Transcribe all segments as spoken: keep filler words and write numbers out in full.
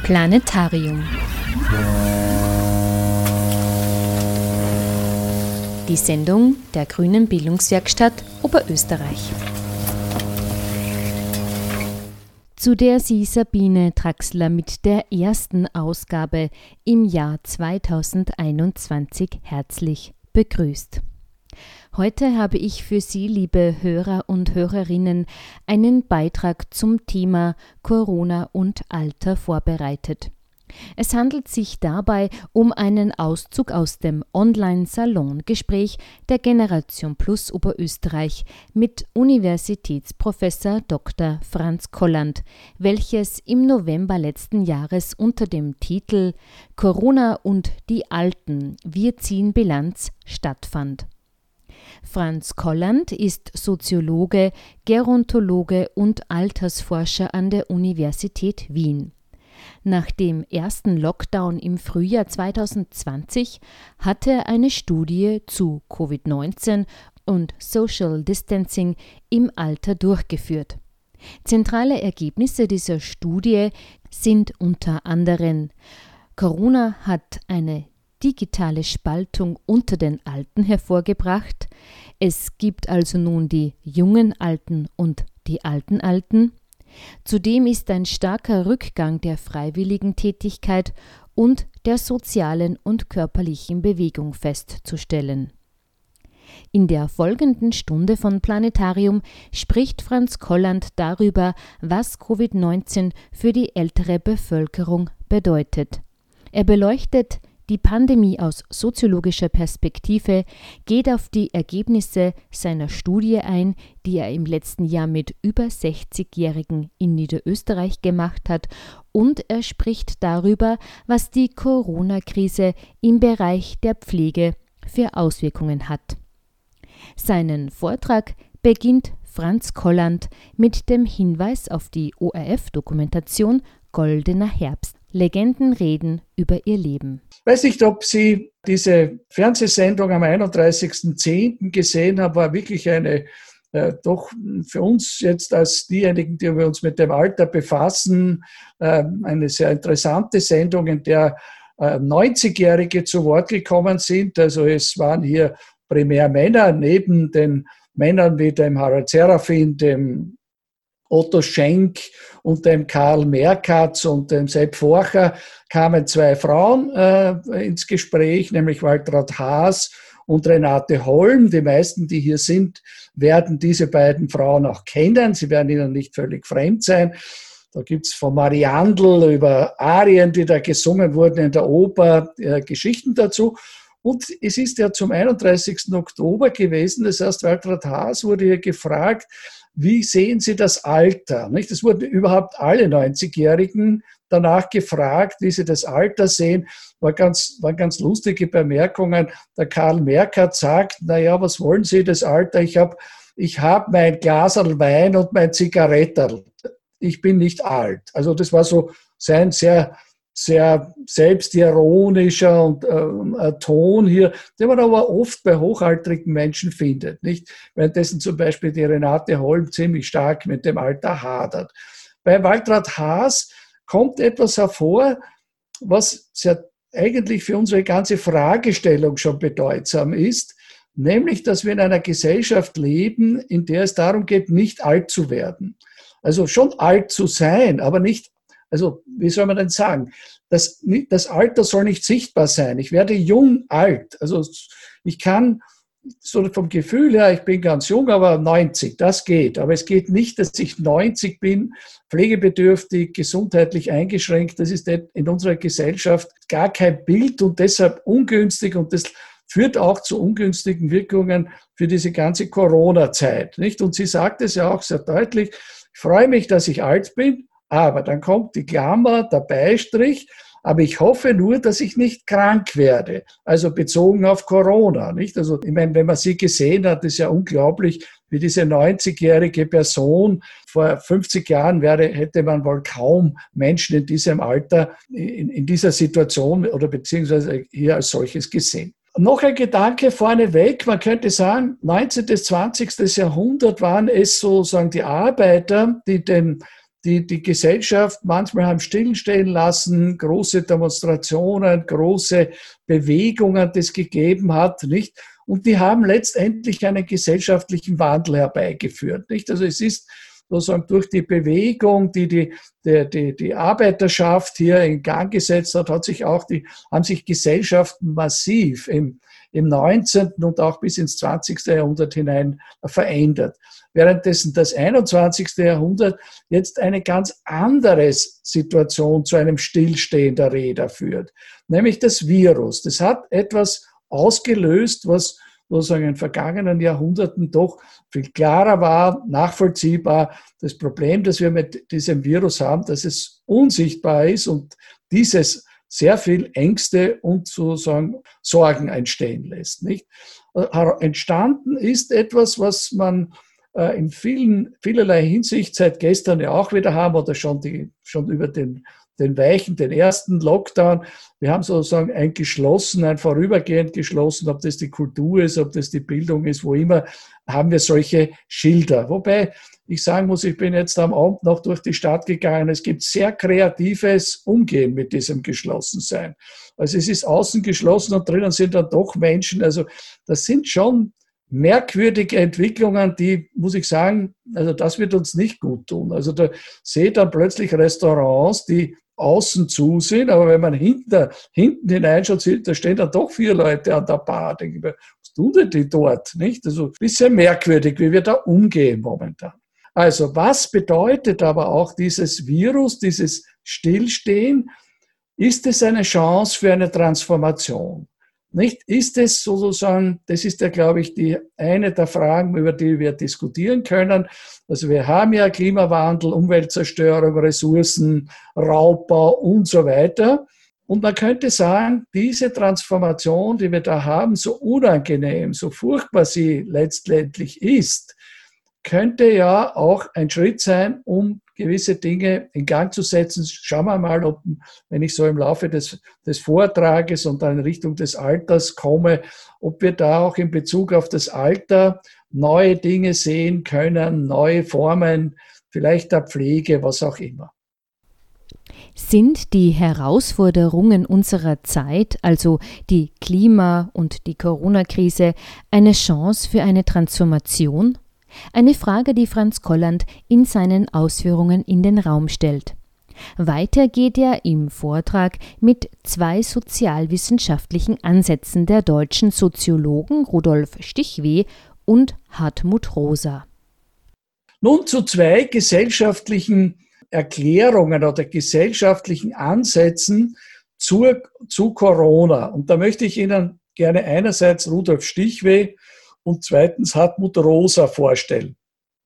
Planetarium. Die Sendung der Grünen Bildungswerkstatt Oberösterreich. Zu der Sie Sabine Traxler mit der ersten Ausgabe im Jahr zweitausendeinundzwanzig herzlich begrüßt. Heute habe ich für Sie, liebe Hörer und Hörerinnen, einen Beitrag zum Thema Corona und Alter vorbereitet. Es handelt sich dabei um einen Auszug aus dem Online-Salongespräch der Generation Plus Oberösterreich mit Universitätsprofessor Doktor Franz Kolland, welches im November letzten Jahres unter dem Titel Corona und die Alten – Wir ziehen Bilanz stattfand. Franz Kolland ist Soziologe, Gerontologe und Altersforscher an der Universität Wien. Nach dem ersten Lockdown im Frühjahr zweitausendzwanzig hat er eine Studie zu Covid neunzehn und Social Distancing im Alter durchgeführt. Zentrale Ergebnisse dieser Studie sind unter anderem: Corona hat eine digitale Spaltung unter den Alten hervorgebracht. Es gibt also nun die jungen Alten und die alten Alten. Zudem ist ein starker Rückgang der freiwilligen Tätigkeit und der sozialen und körperlichen Bewegung festzustellen. In der folgenden Stunde von Planetarium spricht Franz Kolland darüber, was Covid neunzehn für die ältere Bevölkerung bedeutet. Er beleuchtet die Pandemie aus soziologischer Perspektive, geht auf die Ergebnisse seiner Studie ein, die er im letzten Jahr mit über sechzigjährigen in Niederösterreich gemacht hat, und er spricht darüber, was die Corona-Krise im Bereich der Pflege für Auswirkungen hat. Seinen Vortrag beginnt Franz Kolland mit dem Hinweis auf die O R F-Dokumentation Goldener Herbst. Legenden reden über ihr Leben. Ich weiß nicht, ob Sie diese Fernsehsendung am einunddreißigsten zehnten gesehen haben, war wirklich eine, äh, doch für uns jetzt als diejenigen, die wir uns mit dem Alter befassen, äh, eine sehr interessante Sendung, in der äh, neunzigjährige zu Wort gekommen sind. Also es waren hier primär Männer, neben den Männern wie dem Harald Serafin, dem Otto Schenk und dem Karl Merkatz und dem Sepp Forcher kamen zwei Frauen äh, ins Gespräch, nämlich Waltraud Haas und Renate Holm. Die meisten, die hier sind, werden diese beiden Frauen auch kennen. Sie werden ihnen nicht völlig fremd sein. Da gibt es von Mariandel über Arien, die da gesungen wurden in der Oper, äh, Geschichten dazu. Und es ist ja zum einunddreißigsten Oktober gewesen, das heißt, Waltraud Haas wurde hier gefragt, wie sehen Sie das Alter? Es wurden überhaupt alle neunzigjährigen danach gefragt, wie sie das Alter sehen. War ganz, waren ganz lustige Bemerkungen. Der Karl Merkatz sagt, naja, was wollen Sie das Alter? Ich habe ich hab mein Glaserl Wein und mein Zigaretterl. Ich bin nicht alt. Also das war so sein sehr sehr selbstironischer und äh, Ton hier, den man aber oft bei hochaltrigen Menschen findet, nicht? Währenddessen zum Beispiel die Renate Holm ziemlich stark mit dem Alter hadert. Bei Waltraud Haas kommt etwas hervor, was sehr eigentlich für unsere ganze Fragestellung schon bedeutsam ist, nämlich, dass wir in einer Gesellschaft leben, in der es darum geht, nicht alt zu werden. Also schon alt zu sein, aber nicht Also, wie soll man denn sagen? Das, das Alter soll nicht sichtbar sein. Ich werde jung alt. Also, ich kann so vom Gefühl her, ich bin ganz jung, aber neunzig, das geht. Aber es geht nicht, dass ich neunzig bin, pflegebedürftig, gesundheitlich eingeschränkt. Das ist in unserer Gesellschaft gar kein Bild und deshalb ungünstig. Und das führt auch zu ungünstigen Wirkungen für diese ganze Corona-Zeit, nicht? Und sie sagt es ja auch sehr deutlich, ich freue mich, dass ich alt bin, aber dann kommt die Klammer, der Beistrich, aber ich hoffe nur, dass ich nicht krank werde. Also bezogen auf Corona, nicht? Also, ich meine, wenn man sie gesehen hat, ist ja unglaublich, wie diese neunzigjährige Person, vor fünfzig Jahren wäre, hätte man wohl kaum Menschen in diesem Alter, in, in dieser Situation oder beziehungsweise hier als solches gesehen. Noch ein Gedanke vorneweg, man könnte sagen, neunzehnten bis zwanzigsten Jahrhundert waren es sozusagen die Arbeiter, die den die die Gesellschaft manchmal haben stillstehen lassen, große Demonstrationen, große Bewegungen, das gegeben hat, nicht? Und die haben letztendlich einen gesellschaftlichen Wandel herbeigeführt, nicht? Also es ist sozusagen durch die Bewegung, die die, die, die die Arbeiterschaft hier in Gang gesetzt hat, hat sich auch die, haben sich Gesellschaften massiv im, im neunzehnten und auch bis ins zwanzigste Jahrhundert hinein verändert. Währenddessen das einundzwanzigste Jahrhundert jetzt eine ganz andere Situation zu einem Stillstehen der Räder führt, nämlich das Virus. Das hat etwas ausgelöst, was sozusagen in den vergangenen Jahrhunderten doch viel klarer war, nachvollziehbar. Das Problem, das wir mit diesem Virus haben, dass es unsichtbar ist und dieses sehr viel Ängste und sozusagen Sorgen entstehen lässt, nicht? Entstanden ist etwas, was man in vielen, vielerlei Hinsicht seit gestern ja auch wieder haben oder schon, die, schon über den, den weichen, den ersten Lockdown. Wir haben sozusagen ein geschlossen, ein vorübergehend geschlossen, ob das die Kultur ist, ob das die Bildung ist, wo immer, haben wir solche Schilder. Wobei ich sagen muss, ich bin jetzt am Abend noch durch die Stadt gegangen. Es gibt sehr kreatives Umgehen mit diesem Geschlossensein. Also es ist außen geschlossen und drinnen sind dann doch Menschen. Also das sind schon merkwürdige Entwicklungen, die, muss ich sagen, also das wird uns nicht gut tun. Also da sehe dann plötzlich Restaurants, die außen zu sind, aber wenn man hinten, hinten hineinschaut, da stehen dann doch vier Leute an der Bar. Denke ich mir, was tun denn die dort? Nicht? Also ein bisschen merkwürdig, wie wir da umgehen momentan. Also was bedeutet aber auch dieses Virus, dieses Stillstehen? Ist es eine Chance für eine Transformation? Nicht? Ist es sozusagen, das ist ja, glaube ich, die eine der Fragen, über die wir diskutieren können. Also wir haben ja Klimawandel, Umweltzerstörung, Ressourcen, Raubbau und so weiter. Und man könnte sagen, diese Transformation, die wir da haben, so unangenehm, so furchtbar sie letztendlich ist, könnte ja auch ein Schritt sein, um gewisse Dinge in Gang zu setzen. Schauen wir mal, ob, wenn ich so im Laufe des, des Vortrages und dann in Richtung des Alters komme, ob wir da auch in Bezug auf das Alter neue Dinge sehen können, neue Formen, vielleicht der Pflege, was auch immer. Sind die Herausforderungen unserer Zeit, also die Klima- und die Corona-Krise, eine Chance für eine Transformation? Eine Frage, die Franz Kolland in seinen Ausführungen in den Raum stellt. Weiter geht er im Vortrag mit zwei sozialwissenschaftlichen Ansätzen der deutschen Soziologen Rudolf Stichweh und Hartmut Rosa. Nun zu zwei gesellschaftlichen Erklärungen oder gesellschaftlichen Ansätzen zur, zu Corona. Und da möchte ich Ihnen gerne einerseits Rudolf Stichweh und zweitens Hartmut Rosa vorstellen.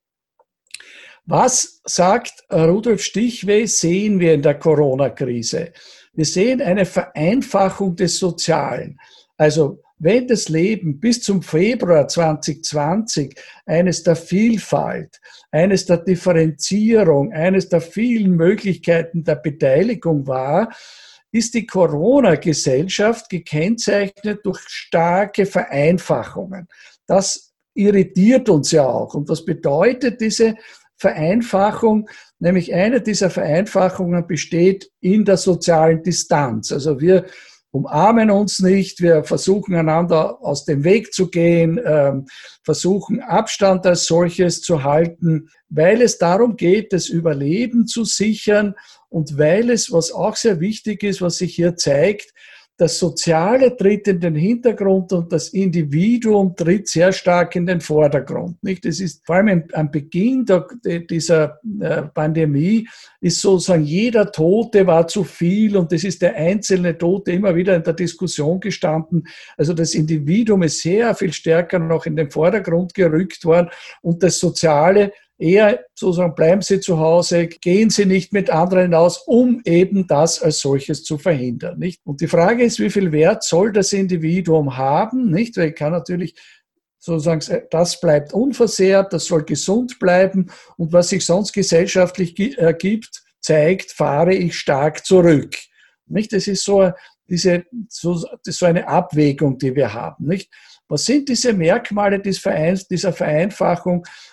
Was sagt Rudolf Stichweh, sehen wir in der Corona-Krise? Wir sehen eine Vereinfachung des Sozialen. Also wenn das Leben bis zum Februar zwanzig zwanzig eines der Vielfalt, eines der Differenzierung, eines der vielen Möglichkeiten der Beteiligung war, ist die Corona-Gesellschaft gekennzeichnet durch starke Vereinfachungen. Das irritiert uns ja auch. Und was bedeutet diese Vereinfachung? Nämlich eine dieser Vereinfachungen besteht in der sozialen Distanz. Also wir umarmen uns nicht, wir versuchen einander aus dem Weg zu gehen, ähm, versuchen Abstand als solches zu halten, weil es darum geht, das Überleben zu sichern und weil es, was auch sehr wichtig ist, was sich hier zeigt, das Soziale tritt in den Hintergrund und das Individuum tritt sehr stark in den Vordergrund. Nicht? Das ist vor allem am Beginn der, dieser Pandemie ist sozusagen jeder Tote war zu viel und das ist der einzelne Tote immer wieder in der Diskussion gestanden. Also das Individuum ist sehr viel stärker noch in den Vordergrund gerückt worden und das Soziale eher sozusagen, bleiben Sie zu Hause, gehen Sie nicht mit anderen aus, um eben das als solches zu verhindern. Nicht? Und die Frage ist, wie viel Wert soll das Individuum haben? Nicht? Weil ich kann natürlich sozusagen, das bleibt unversehrt, das soll gesund bleiben und was sich sonst gesellschaftlich ergibt, zeigt, fahre ich stark zurück. Nicht? Das ist so, diese, so, so eine Abwägung, die wir haben. Nicht? Was sind diese Merkmale dieser Vereinfachung?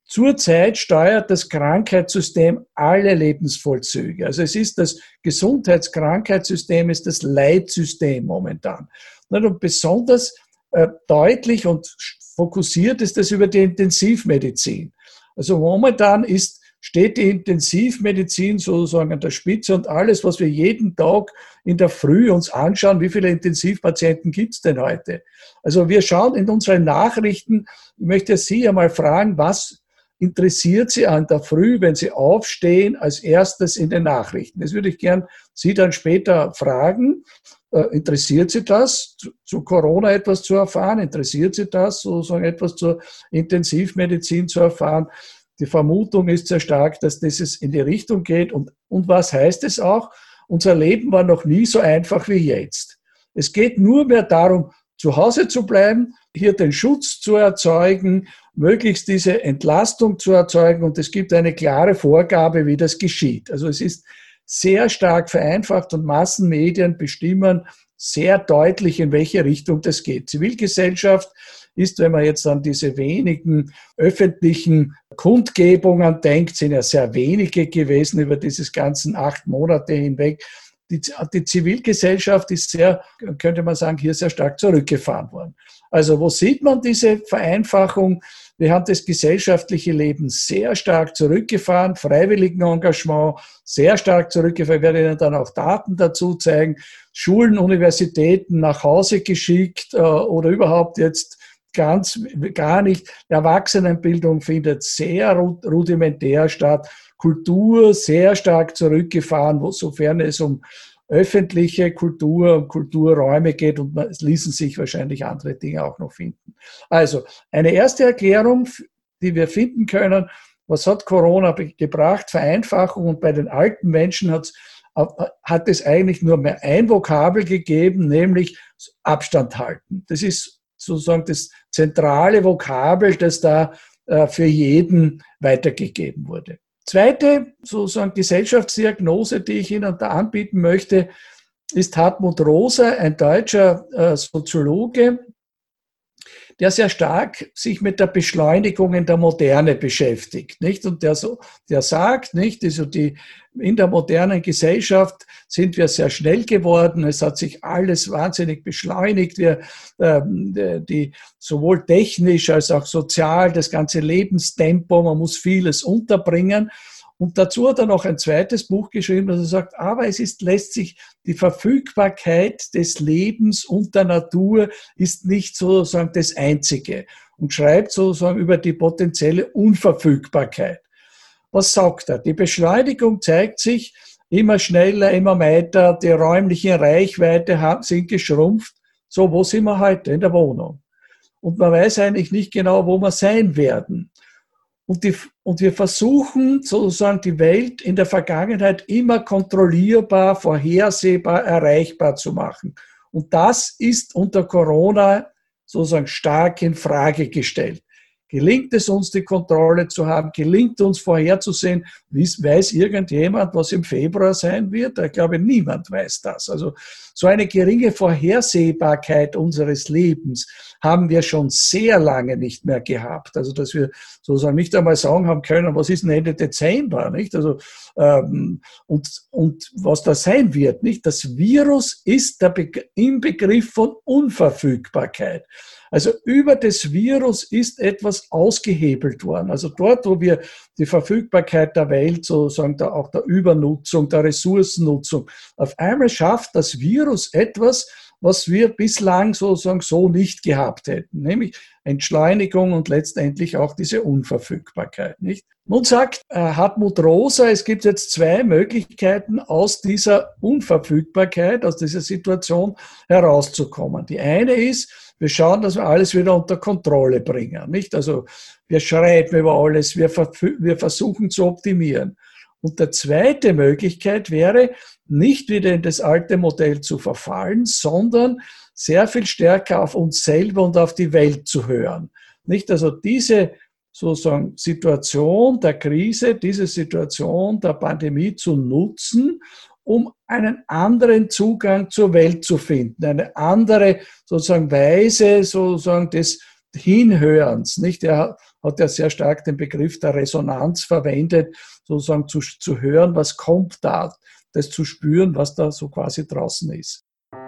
Zurzeit steuert das Krankheitssystem alle Lebensvollzüge. Also es ist das Gesundheitskrankheitssystem, ist das Leitsystem momentan. Und besonders äh, deutlich und fokussiert ist das über die Intensivmedizin. Also momentan ist, steht die Intensivmedizin sozusagen an der Spitze und alles, was wir jeden Tag in der Früh uns anschauen, wie viele Intensivpatienten gibt es denn heute? Also wir schauen in unseren Nachrichten, ich möchte Sie einmal fragen, was interessiert Sie an der Früh, wenn Sie aufstehen, als erstes in den Nachrichten? Das würde ich gern Sie dann später fragen. Äh, interessiert Sie das, zu, zu Corona etwas zu erfahren? Interessiert Sie das, sozusagen etwas zur Intensivmedizin zu erfahren? Die Vermutung ist sehr stark, dass das in die Richtung geht. Und, und was heißt es auch? Unser Leben war noch nie so einfach wie jetzt. Es geht nur mehr darum, zu Hause zu bleiben, hier den Schutz zu erzeugen, möglichst diese Entlastung zu erzeugen. Und es gibt eine klare Vorgabe, wie das geschieht. Also es ist sehr stark vereinfacht und Massenmedien bestimmen sehr deutlich, in welche Richtung das geht. Zivilgesellschaft ist, wenn man jetzt an diese wenigen öffentlichen Kundgebungen denkt, sind ja sehr wenige gewesen über dieses ganzen acht Monate hinweg. Die, die Zivilgesellschaft ist sehr, könnte man sagen, hier sehr stark zurückgefahren worden. Also wo sieht man diese Vereinfachung? Wir haben das gesellschaftliche Leben sehr stark zurückgefahren, Freiwilligenengagement sehr stark zurückgefahren. Ich werde Ihnen dann auch Daten dazu zeigen. Schulen, Universitäten nach Hause geschickt äh, oder überhaupt jetzt ganz, gar nicht. Erwachsenenbildung findet sehr rudimentär statt. Kultur sehr stark zurückgefahren, wo, sofern es um öffentliche Kultur und Kulturräume geht und es ließen sich wahrscheinlich andere Dinge auch noch finden. Also eine erste Erklärung, die wir finden können, was hat Corona gebracht? Vereinfachung, und bei den alten Menschen hat's, hat es eigentlich nur mehr ein Vokabel gegeben, nämlich Abstand halten. Das ist sozusagen das zentrale Vokabel, das da äh, für jeden weitergegeben wurde. Zweite sozusagen Gesellschaftsdiagnose, die ich Ihnen da anbieten möchte, ist Hartmut Rosa, ein deutscher äh, Soziologe, der sehr stark sich mit der Beschleunigung in der Moderne beschäftigt, nicht? Und der so, der sagt, nicht, also die, in der modernen Gesellschaft sind wir sehr schnell geworden. Es hat sich alles wahnsinnig beschleunigt. Wir, ähm, die, sowohl technisch als auch sozial, das ganze Lebenstempo, man muss vieles unterbringen. Und dazu hat er noch ein zweites Buch geschrieben, das er sagt, aber es ist, lässt sich, die Verfügbarkeit des Lebens und der Natur ist nicht sozusagen das Einzige, und schreibt sozusagen über die potenzielle Unverfügbarkeit. Was sagt er? Die Beschleunigung zeigt sich immer schneller, immer weiter, die räumliche Reichweite haben, sind geschrumpft. So, wo sind wir heute? In der Wohnung. Und man weiß eigentlich nicht genau, wo wir sein werden. Und, die, und wir versuchen sozusagen die Welt in der Vergangenheit immer kontrollierbar, vorhersehbar, erreichbar zu machen. Und das ist unter Corona sozusagen stark in Frage gestellt. Gelingt es uns, die Kontrolle zu haben? Gelingt uns vorherzusehen? Weiß irgendjemand, was im Februar sein wird? Ich glaube, niemand weiß das. Also so eine geringe Vorhersehbarkeit unseres Lebens haben wir schon sehr lange nicht mehr gehabt. Also dass wir sozusagen nicht einmal sagen haben können, was ist denn Ende Dezember, nicht? Also ähm, und und was da sein wird, nicht? Das Virus ist der Be- im Begriff von Unverfügbarkeit. Also über das Virus ist etwas ausgehebelt worden. Also dort, wo wir die Verfügbarkeit der Welt, sozusagen der, auch der Übernutzung, der Ressourcennutzung, auf einmal schafft das Virus etwas, was wir bislang sozusagen so nicht gehabt hätten, nämlich Entschleunigung und letztendlich auch diese Unverfügbarkeit, nicht? Nun sagt äh, Hartmut Rosa, es gibt jetzt zwei Möglichkeiten, aus dieser Unverfügbarkeit, aus dieser Situation herauszukommen. Die eine ist, wir schauen, dass wir alles wieder unter Kontrolle bringen, nicht? Also wir schreiben über alles, wir, wir versuchen zu optimieren. Und die zweite Möglichkeit wäre, nicht wieder in das alte Modell zu verfallen, sondern sehr viel stärker auf uns selber und auf die Welt zu hören. Nicht? Also diese sozusagen Situation der Krise, diese Situation der Pandemie zu nutzen, um einen anderen Zugang zur Welt zu finden, eine andere sozusagen Weise sozusagen des Hinhörens. Nicht? Er hat er sehr stark den Begriff der Resonanz verwendet, sozusagen zu, zu hören, was kommt da, das zu spüren, was da so quasi draußen ist.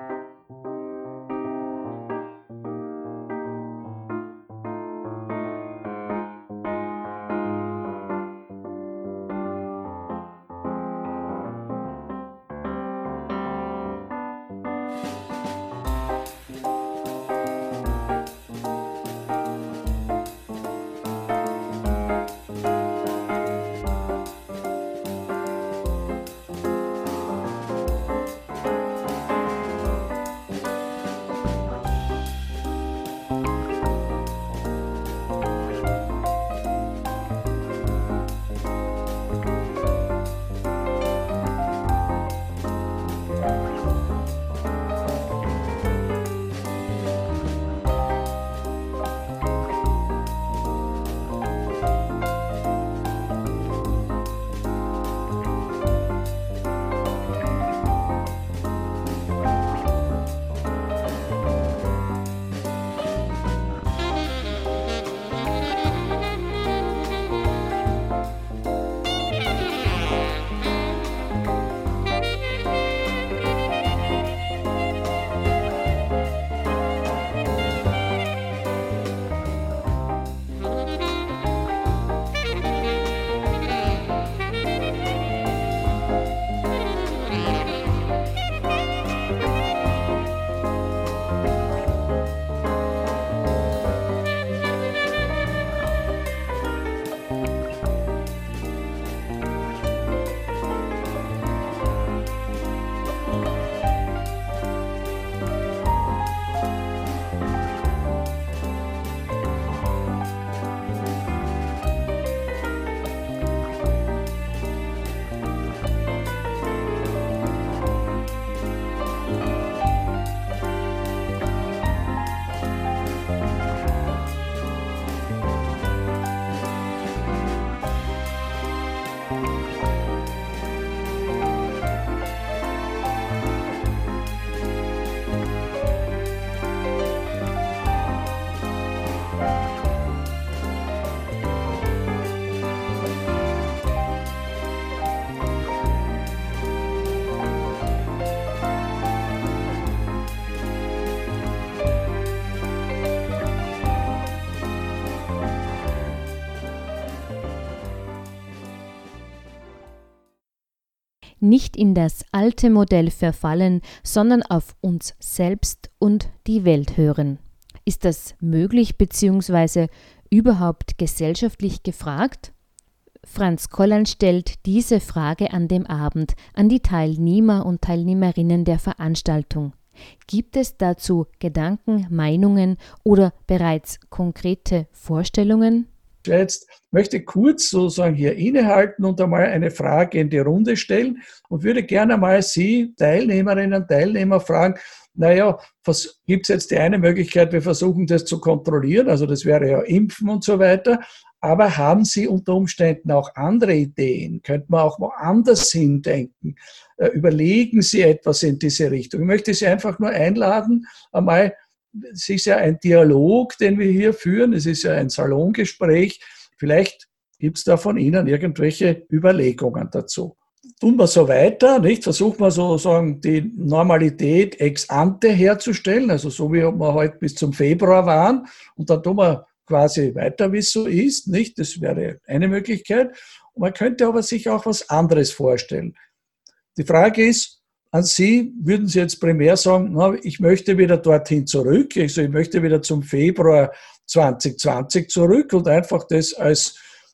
Nicht in das alte Modell verfallen, sondern auf uns selbst und die Welt hören. Ist das möglich bzw. überhaupt gesellschaftlich gefragt? Franz Kollan stellt diese Frage an dem Abend an die Teilnehmer und Teilnehmerinnen der Veranstaltung. Gibt es dazu Gedanken, Meinungen oder bereits konkrete Vorstellungen? Jetzt möchte ich kurz sozusagen hier innehalten und einmal eine Frage in die Runde stellen und würde gerne mal Sie, Teilnehmerinnen und Teilnehmer, fragen, naja, gibt es jetzt die eine Möglichkeit, wir versuchen das zu kontrollieren, also das wäre ja Impfen und so weiter, aber haben Sie unter Umständen auch andere Ideen? Könnte man auch woanders hindenken? Äh, überlegen Sie etwas in diese Richtung? Ich möchte Sie einfach nur einladen, einmal. Es ist ja ein Dialog, den wir hier führen. Es ist ja ein Salongespräch. Vielleicht gibt es da von Ihnen irgendwelche Überlegungen dazu. Tun wir so weiter, nicht? Versuchen wir sozusagen die Normalität ex ante herzustellen, also so wie wir heute bis zum Februar waren. Und dann tun wir quasi weiter, wie es so ist, nicht? Das wäre eine Möglichkeit. Und man könnte aber sich auch was anderes vorstellen. Die Frage ist, an Sie, würden Sie jetzt primär sagen, na, ich möchte wieder dorthin zurück, also ich möchte wieder zum Februar zwanzig zwanzig zurück und einfach das als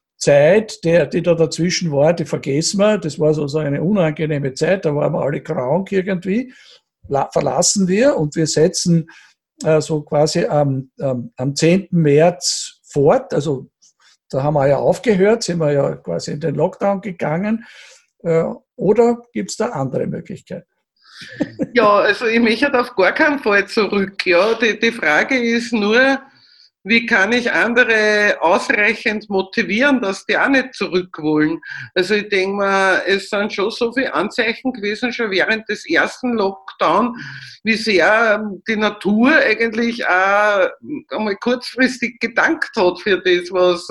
Zeit, der, die da dazwischen war, die vergessen wir, das war so eine unangenehme Zeit, da waren wir alle krank irgendwie, verlassen wir und wir setzen äh, so quasi am, am, am zehnten März fort, also da haben wir ja aufgehört, sind wir ja quasi in den Lockdown gegangen. Oder gibt es da andere Möglichkeiten? Ja, also ich möchte auf gar keinen Fall zurück. Ja. Die, die Frage ist nur, wie kann ich andere ausreichend motivieren, dass die auch nicht zurück wollen. Also ich denke mal, es sind schon so viele Anzeichen gewesen, schon während des ersten Lockdown, wie sehr die Natur eigentlich auch einmal kurzfristig gedankt hat für das, was,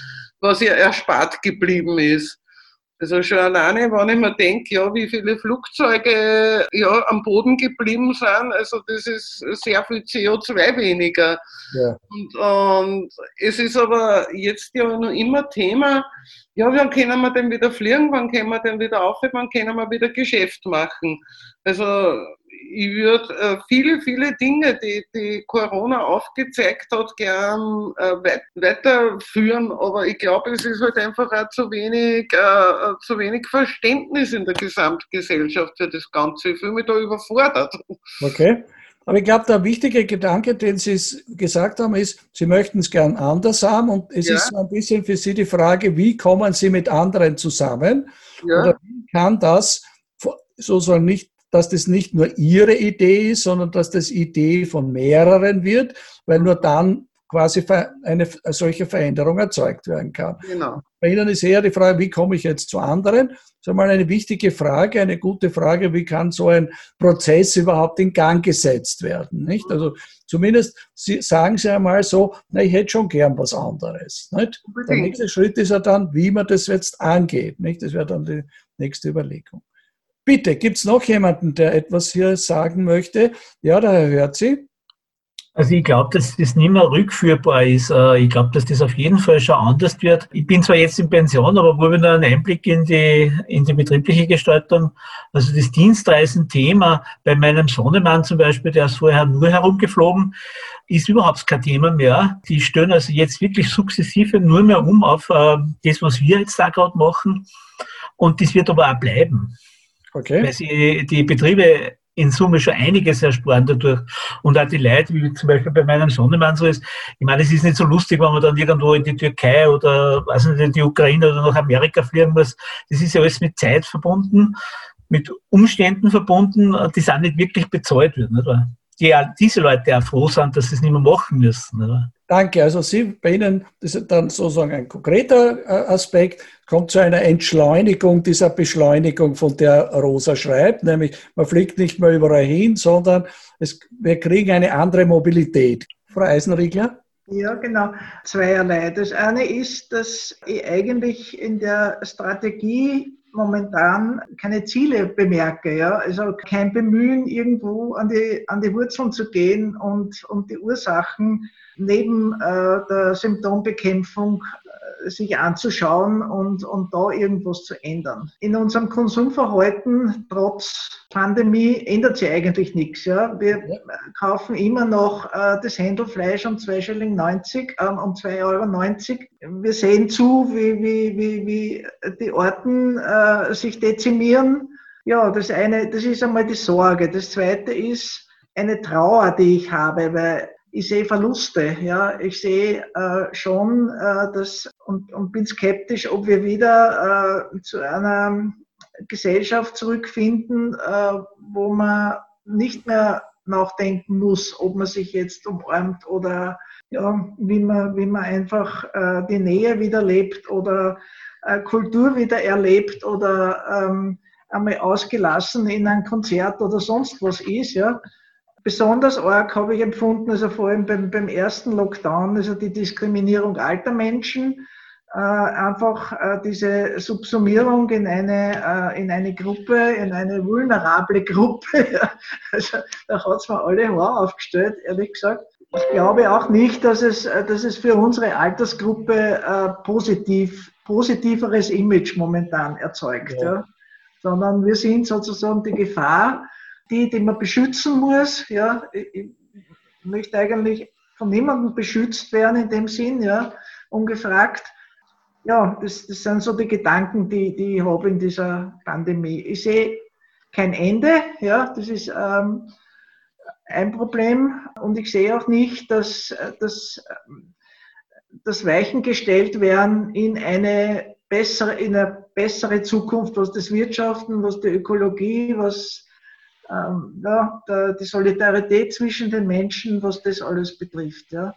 was ihr erspart geblieben ist. Also schon alleine, wenn ich mir denke, ja, wie viele Flugzeuge ja, am Boden geblieben sind, also das ist sehr viel C O zwei weniger. Ja. Und, und es ist aber jetzt ja noch immer Thema, ja, wann können wir denn wieder fliegen, wann können wir denn wieder auf, wann können wir wieder Geschäft machen. Also ich würde äh, viele, viele Dinge, die, die Corona aufgezeigt hat, gern äh, weit, weiterführen, aber ich glaube, es ist halt einfach auch zu wenig, äh, zu wenig Verständnis in der Gesamtgesellschaft für das Ganze. Ich fühle mich da überfordert. Okay. Aber ich glaube, der wichtige Gedanke, den Sie gesagt haben, ist, Sie möchten es gern anders haben und es ja. ist so ein bisschen für Sie die Frage, wie kommen Sie mit anderen zusammen? Ja. Oder wie kann das sozusagen nicht, dass das nicht nur Ihre Idee ist, sondern dass das Idee von mehreren wird, weil nur dann quasi eine solche Veränderung erzeugt werden kann. Genau. Bei Ihnen ist eher die Frage, wie komme ich jetzt zu anderen? Das ist einmal eine wichtige Frage, eine gute Frage, wie kann so ein Prozess überhaupt in Gang gesetzt werden? Nicht? Also zumindest Sie, sagen Sie einmal so, na, ich hätte schon gern was anderes. Nicht? Der nächste Schritt ist ja dann, wie man das jetzt angeht. Nicht? Das wäre dann die nächste Überlegung. Bitte, gibt es noch jemanden, der etwas hier sagen möchte? Ja, der Herr Hörzi. Also ich glaube, dass das nicht mehr rückführbar ist. Ich glaube, dass das auf jeden Fall schon anders wird. Ich bin zwar jetzt in Pension, aber wo wir noch einen Einblick in die, in die betriebliche Gestaltung, also das Dienstreisen-Thema bei meinem Sohnemann zum Beispiel, der ist vorher nur herumgeflogen, ist überhaupt kein Thema mehr. Die stellen also jetzt wirklich sukzessive nur mehr um auf äh, das, was wir jetzt da gerade machen. Und das wird aber auch bleiben. Okay. Weil sie die Betriebe in Summe schon einiges ersparen dadurch. Und auch die Leute, wie zum Beispiel bei meinem Sohnemann so ist, ich meine, es ist nicht so lustig, wenn man dann irgendwo in die Türkei oder weiß nicht, in die Ukraine oder nach Amerika fliegen muss. Das ist ja alles mit Zeit verbunden, mit Umständen verbunden, die sind nicht wirklich bezahlt wird. Nicht wahr? Die ja, diese Leute auch froh sind, dass sie es nicht mehr machen müssen. Nicht wahr? Danke. Also Sie, bei Ihnen, das ist dann sozusagen ein konkreter Aspekt, kommt zu einer Entschleunigung dieser Beschleunigung, von der Rosa schreibt, nämlich man fliegt nicht mehr überall hin, sondern es, wir kriegen eine andere Mobilität. Frau Eisenriegler? Ja, genau. Zweierlei. Das eine ist, dass ich eigentlich in der Strategie momentan keine Ziele bemerke, ja, also kein Bemühen, irgendwo an die, an die Wurzeln zu gehen und, und die Ursachen neben äh, der Symptombekämpfung äh, sich anzuschauen und, und da irgendwas zu ändern. In unserem Konsumverhalten, trotz Pandemie, ändert sich eigentlich nichts. Ja. Wir ja. kaufen immer noch äh, das Händelfleisch um zwei Schilling neunzig, äh, um zwei Euro neunzig. Wir sehen zu, wie, wie, wie, wie die Orten äh, sich dezimieren. Ja, das eine, das ist einmal die Sorge. Das zweite ist eine Trauer, die ich habe, weil ich sehe Verluste. Ja, ich sehe äh, schon äh, das und, und bin skeptisch, ob wir wieder äh, zu einer Gesellschaft zurückfinden, äh, wo man nicht mehr nachdenken muss, ob man sich jetzt umarmt oder ja, wie man, wie man einfach äh, die Nähe wieder lebt oder äh, Kultur wieder erlebt oder ähm, einmal ausgelassen in ein Konzert oder sonst was ist. Ja. Besonders arg habe ich empfunden, also vor allem beim, beim ersten Lockdown, also die Diskriminierung alter Menschen, äh, einfach äh, diese Subsumierung in eine, äh, in eine Gruppe, in eine vulnerable Gruppe. Ja. Also da hat es mir alle Haare aufgestellt, ehrlich gesagt. Ich glaube auch nicht, dass es, dass es für unsere Altersgruppe äh, positiv, positiveres Image momentan erzeugt, ja. Ja. Sondern wir sind sozusagen die Gefahr, die, die man beschützen muss. Ja. Ich möchte eigentlich von niemandem beschützt werden in dem Sinn, ja, ungefragt. Ja, das, das sind so die Gedanken, die, die ich habe in dieser Pandemie. Ich sehe kein Ende, ja, das ist ähm, ein Problem und ich sehe auch nicht, dass, dass, dass Weichen gestellt werden in eine bessere, in eine bessere Zukunft, was das Wirtschaften, was die Ökologie, was ähm, ja, der, die Solidarität zwischen den Menschen, was das alles betrifft. Ja.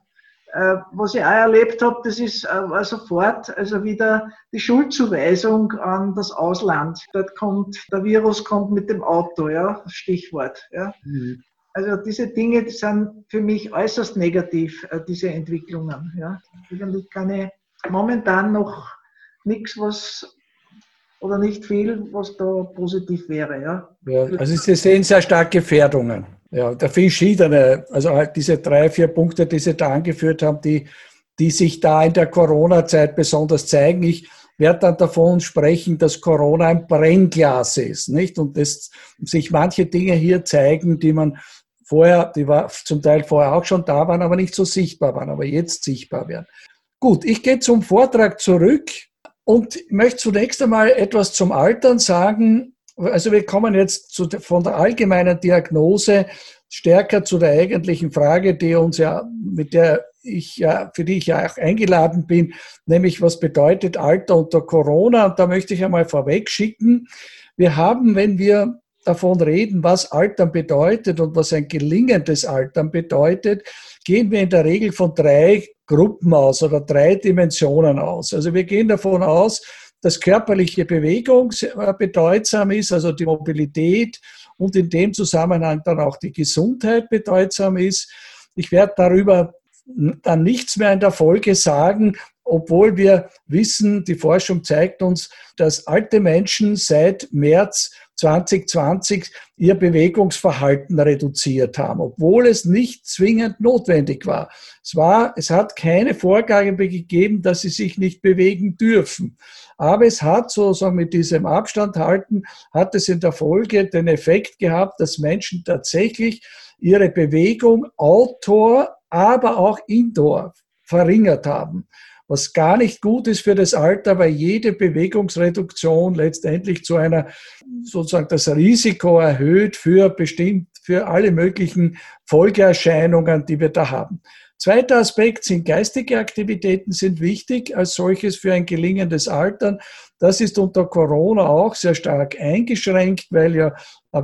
Was ich auch erlebt habe, das ist war sofort also wieder die Schuldzuweisung an das Ausland. Dort kommt, der Virus kommt mit dem Auto, ja, Stichwort. Ja. Mhm. Also diese Dinge die sind für mich äußerst negativ, diese Entwicklungen. Ja. Eigentlich keine, momentan noch nichts, was oder nicht viel, was da positiv wäre. Ja, ja also Sie sehen sehr stark Gefährdungen. Ja, da verschiedene, also halt diese drei, vier Punkte, die Sie da angeführt haben, die, die sich da in der Corona-Zeit besonders zeigen. Ich werde dann davon sprechen, dass Corona ein Brennglas ist, nicht? Und dass sich manche Dinge hier zeigen, die man vorher, die war zum Teil vorher auch schon da waren, aber nicht so sichtbar waren, aber jetzt sichtbar werden. Gut, ich gehe zum Vortrag zurück und möchte zunächst einmal etwas zum Altern sagen. Also wir kommen jetzt zu, von der allgemeinen Diagnose stärker zu der eigentlichen Frage, die uns ja, mit der ich ja, für die ich ja auch eingeladen bin, nämlich was bedeutet Alter unter Corona? Und da möchte ich einmal vorweg schicken. Wir haben, wenn wir davon reden, was Altern bedeutet und was ein gelingendes Altern bedeutet, gehen wir in der Regel von drei Gruppen aus oder drei Dimensionen aus. Also wir gehen davon aus, dass körperliche Bewegung bedeutsam ist, also die Mobilität und in dem Zusammenhang dann auch die Gesundheit bedeutsam ist. Ich werde darüber dann nichts mehr in der Folge sagen, obwohl wir wissen, die Forschung zeigt uns, dass alte Menschen seit März zwanzig zwanzig ihr Bewegungsverhalten reduziert haben, obwohl es nicht zwingend notwendig war. Es war, es hat keine Vorgabe gegeben, dass sie sich nicht bewegen dürfen. Aber es hat sozusagen mit diesem Abstand halten, hat es in der Folge den Effekt gehabt, dass Menschen tatsächlich ihre Bewegung outdoor, aber auch indoor verringert haben. Was gar nicht gut ist für das Alter, weil jede Bewegungsreduktion letztendlich zu einer, sozusagen das Risiko erhöht für bestimmt, für alle möglichen Folgeerscheinungen, die wir da haben. Zweiter Aspekt sind geistige Aktivitäten sind wichtig als solches für ein gelingendes Altern. Das ist unter Corona auch sehr stark eingeschränkt, weil ja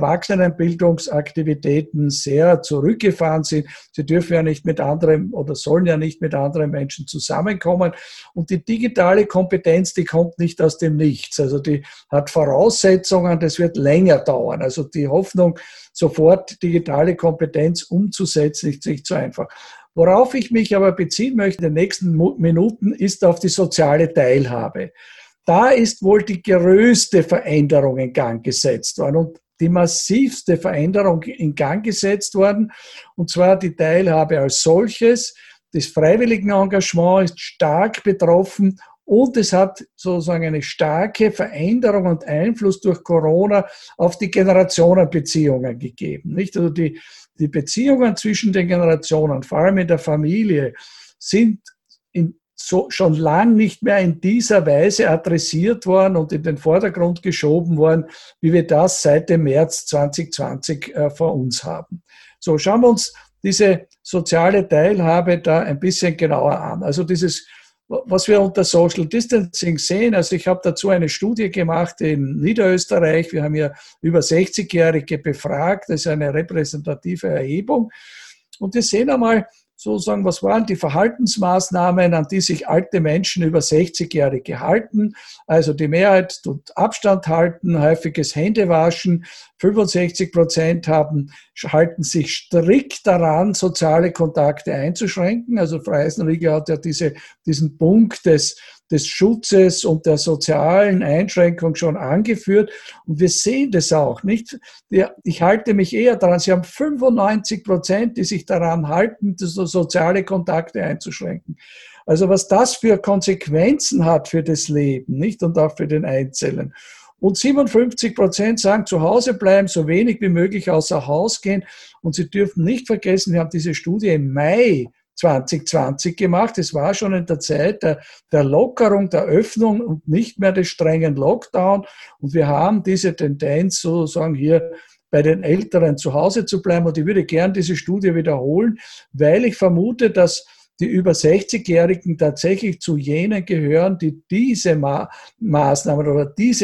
Erwachsenenbildungsaktivitäten sehr zurückgefahren sind. Sie dürfen ja nicht mit anderen oder sollen ja nicht mit anderen Menschen zusammenkommen. Und die digitale Kompetenz, die kommt nicht aus dem Nichts. Also die hat Voraussetzungen, das wird länger dauern. Also die Hoffnung, sofort digitale Kompetenz umzusetzen, ist nicht so einfach. Worauf ich mich aber beziehen möchte in den nächsten Minuten, ist auf die soziale Teilhabe. Da ist wohl die größte Veränderung in Gang gesetzt worden und die massivste Veränderung in Gang gesetzt worden, und zwar die Teilhabe als solches. Das Freiwilligenengagement ist stark betroffen und es hat sozusagen eine starke Veränderung und Einfluss durch Corona auf die Generationenbeziehungen gegeben. Nicht? Also die, die Beziehungen zwischen den Generationen, vor allem in der Familie, sind in so schon lang nicht mehr in dieser Weise adressiert worden und in den Vordergrund geschoben worden, wie wir das seit dem März zwanzig zwanzig äh, vor uns haben. So, schauen wir uns diese soziale Teilhabe da ein bisschen genauer an. Also dieses, was wir unter Social Distancing sehen, also ich habe dazu eine Studie gemacht in Niederösterreich. Wir haben ja über sechzigjährige befragt. Das ist eine repräsentative Erhebung. Und wir sehen einmal, sozusagen, was waren die Verhaltensmaßnahmen, an die sich alte Menschen über sechzigjährige halten? Also die Mehrheit tut Abstand halten, häufiges Händewaschen, fünfundsechzig Prozent haben, halten sich strikt daran, soziale Kontakte einzuschränken. Also Frau Eisenriegel hat ja diese, diesen Punkt des des Schutzes und der sozialen Einschränkung schon angeführt. Und wir sehen das auch, nicht? Ich halte mich eher daran. Sie haben fünfundneunzig Prozent, die sich daran halten, soziale Kontakte einzuschränken. Also was das für Konsequenzen hat für das Leben, nicht? Und auch für den Einzelnen. Und siebenundfünfzig Prozent sagen, zu Hause bleiben, so wenig wie möglich außer Haus gehen. Und Sie dürfen nicht vergessen, wir haben diese Studie im Mai zwanzig zwanzig gemacht. Es war schon in der Zeit der, der Lockerung, der Öffnung und nicht mehr des strengen Lockdown. Und wir haben diese Tendenz sozusagen hier bei den Älteren zu Hause zu bleiben. Und ich würde gern diese Studie wiederholen, weil ich vermute, dass die über sechzigjährigen tatsächlich zu jenen gehören, die diese Ma- Maßnahmen oder diese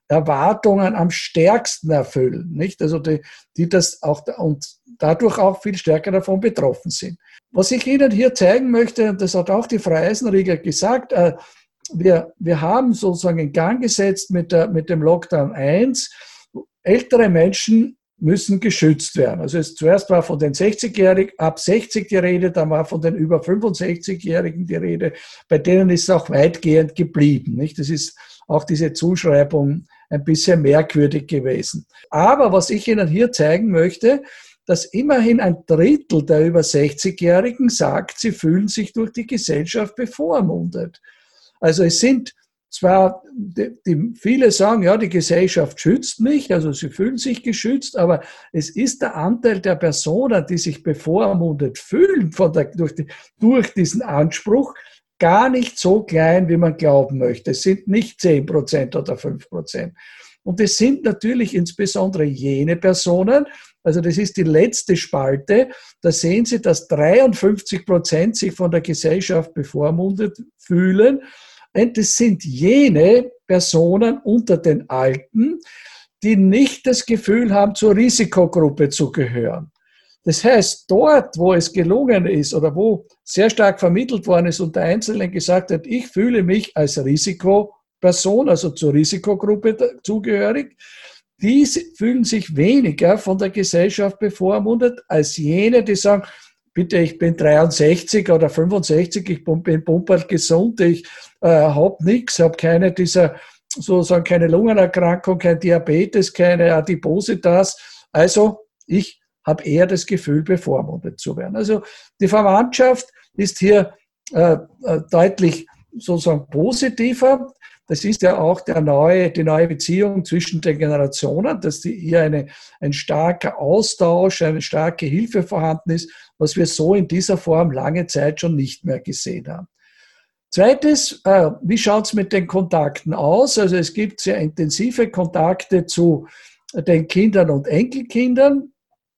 Erwartungen am stärksten erfüllen, nicht? Also die, die das auch und dadurch auch viel stärker davon betroffen sind. Was ich Ihnen hier zeigen möchte, und das hat auch die Frau Eisenrieger gesagt, äh, wir, wir haben sozusagen in Gang gesetzt mit, der, mit dem Lockdown eins, ältere Menschen müssen geschützt werden. Also es, zuerst war von den sechzigjährigen ab sechzig die Rede, dann war von den über fünfundsechzigjährigen die Rede, bei denen ist es auch weitgehend geblieben, nicht? Das ist auch diese Zuschreibung ein bisschen merkwürdig gewesen. Aber was ich Ihnen hier zeigen möchte, dass immerhin ein Drittel der über sechzigjährigen sagt, sie fühlen sich durch die Gesellschaft bevormundet. Also es sind zwar, die, die, viele sagen, ja, die Gesellschaft schützt mich, also sie fühlen sich geschützt, aber es ist der Anteil der Personen, die sich bevormundet fühlen von der, durch, die, durch diesen Anspruch, gar nicht so klein, wie man glauben möchte. Es sind nicht zehn Prozent oder fünf Prozent. Und es sind natürlich insbesondere jene Personen, also das ist die letzte Spalte, da sehen Sie, dass dreiundfünfzig Prozent sich von der Gesellschaft bevormundet fühlen. Und es sind jene Personen unter den Alten, die nicht das Gefühl haben, zur Risikogruppe zu gehören. Das heißt, dort, wo es gelungen ist oder wo sehr stark vermittelt worden ist und der Einzelne gesagt hat, ich fühle mich als Risikoperson, also zur Risikogruppe zugehörig, die fühlen sich weniger von der Gesellschaft bevormundet als jene, die sagen, bitte, ich bin dreiundsechzig oder fünfundsechzig, ich bin pumperl gesund, ich äh, habe nichts, habe keine dieser, sozusagen keine Lungenerkrankung, kein Diabetes, keine Adipositas, also ich habe eher das Gefühl, bevormundet zu werden. Also die Verwandtschaft ist hier äh, deutlich sozusagen positiver. Das ist ja auch der neue, die neue Beziehung zwischen den Generationen, dass die hier eine, ein starker Austausch, eine starke Hilfe vorhanden ist, was wir so in dieser Form lange Zeit schon nicht mehr gesehen haben. Zweites, äh, wie schaut es mit den Kontakten aus? Also es gibt sehr intensive Kontakte zu den Kindern und Enkelkindern.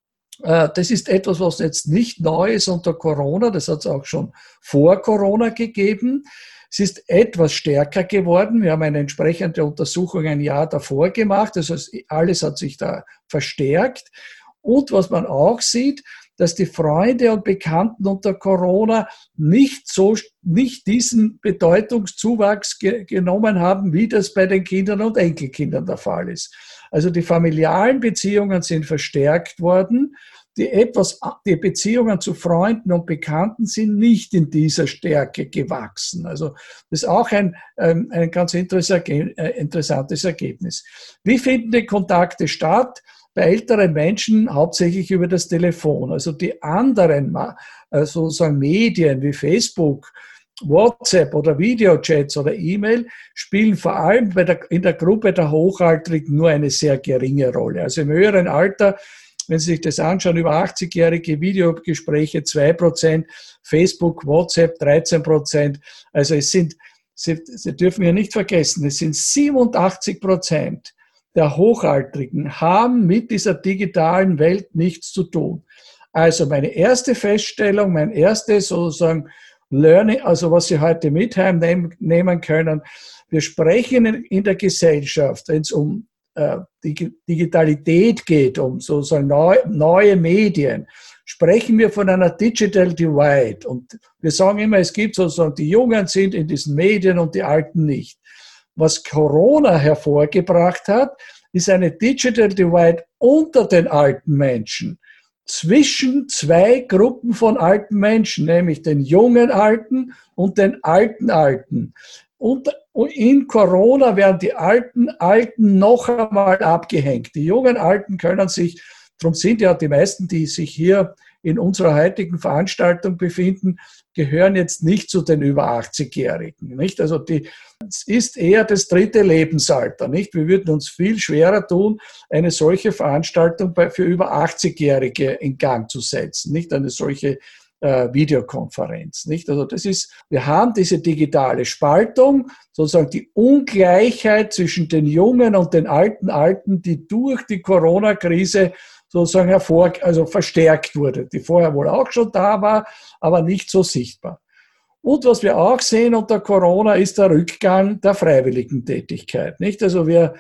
Das ist etwas, was jetzt nicht neu ist unter Corona, das hat es auch schon vor Corona gegeben. Es ist etwas stärker geworden. Wir haben eine entsprechende Untersuchung ein Jahr davor gemacht, also alles hat sich da verstärkt. Und was man auch sieht, dass die Freunde und Bekannten unter Corona nicht so, nicht diesen Bedeutungszuwachs ge- genommen haben, wie das bei den Kindern und Enkelkindern der Fall ist. Also die familialen Beziehungen sind verstärkt worden. Die, etwas, die Beziehungen zu Freunden und Bekannten sind nicht in dieser Stärke gewachsen. Also das ist auch ein, ein ganz interessantes Ergebnis. Wie finden die Kontakte statt? Bei älteren Menschen hauptsächlich über das Telefon. Also die anderen sozusagen Medien wie Facebook, WhatsApp oder Videochats oder E-Mail spielen vor allem bei der, in der Gruppe der Hochaltrigen nur eine sehr geringe Rolle. Also im höheren Alter, wenn Sie sich das anschauen, über achtzigjährige Videogespräche zwei Prozent, Facebook, WhatsApp dreizehn Prozent. Also es sind, Sie, Sie dürfen ja nicht vergessen, es sind siebenundachtzig Prozent der Hochaltrigen haben mit dieser digitalen Welt nichts zu tun. Also meine erste Feststellung, mein erstes sozusagen Learning, also was Sie heute mit heimnehmen können, wir sprechen in der Gesellschaft, wenn es um äh, die Digitalität geht, um sozusagen neu, neue Medien, sprechen wir von einer Digital Divide. Und wir sagen immer, es gibt sozusagen, die Jungen sind in diesen Medien und die Alten nicht. Was Corona hervorgebracht hat, ist eine Digital Divide unter den alten Menschen, zwischen zwei Gruppen von alten Menschen, nämlich den jungen Alten und den alten Alten. Und in Corona werden die alten Alten noch einmal abgehängt. Die jungen Alten können sich, darum sind ja die meisten, die sich hier in unserer heutigen Veranstaltung befinden, gehören jetzt nicht zu den über achtzigjährigen. Nicht? Also die, es ist eher das dritte Lebensalter. Nicht? Wir würden uns viel schwerer tun, eine solche Veranstaltung bei, für über achtzigjährige in Gang zu setzen. Nicht eine solche äh, Videokonferenz. Nicht? Also das ist, wir haben diese digitale Spaltung, sozusagen die Ungleichheit zwischen den jungen und den alten Alten, die durch die Corona-Krise sozusagen hervor, also verstärkt wurde, die vorher wohl auch schon da war, aber nicht so sichtbar. Und was wir auch sehen unter Corona ist der Rückgang der Freiwilligentätigkeit. Nicht? Also wir,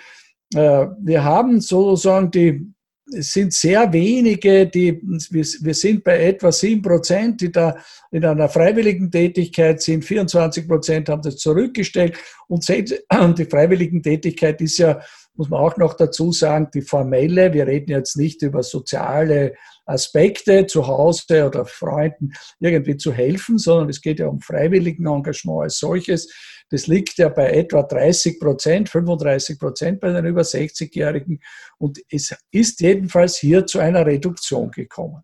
wir haben sozusagen die, es sind sehr wenige, die, wir, wir sind bei etwa sieben Prozent, die da in einer freiwilligen Tätigkeit sind. vierundzwanzig Prozent haben das zurückgestellt. Und die freiwilligen Tätigkeit ist ja, muss man auch noch dazu sagen, die formelle. Wir reden jetzt nicht über soziale Aspekte, zu Hause oder Freunden irgendwie zu helfen, sondern es geht ja um freiwilligen Engagement als solches. Das liegt ja bei etwa dreißig Prozent, fünfunddreißig Prozent bei den über sechzigjährigen. Und es ist jedenfalls hier zu einer Reduktion gekommen.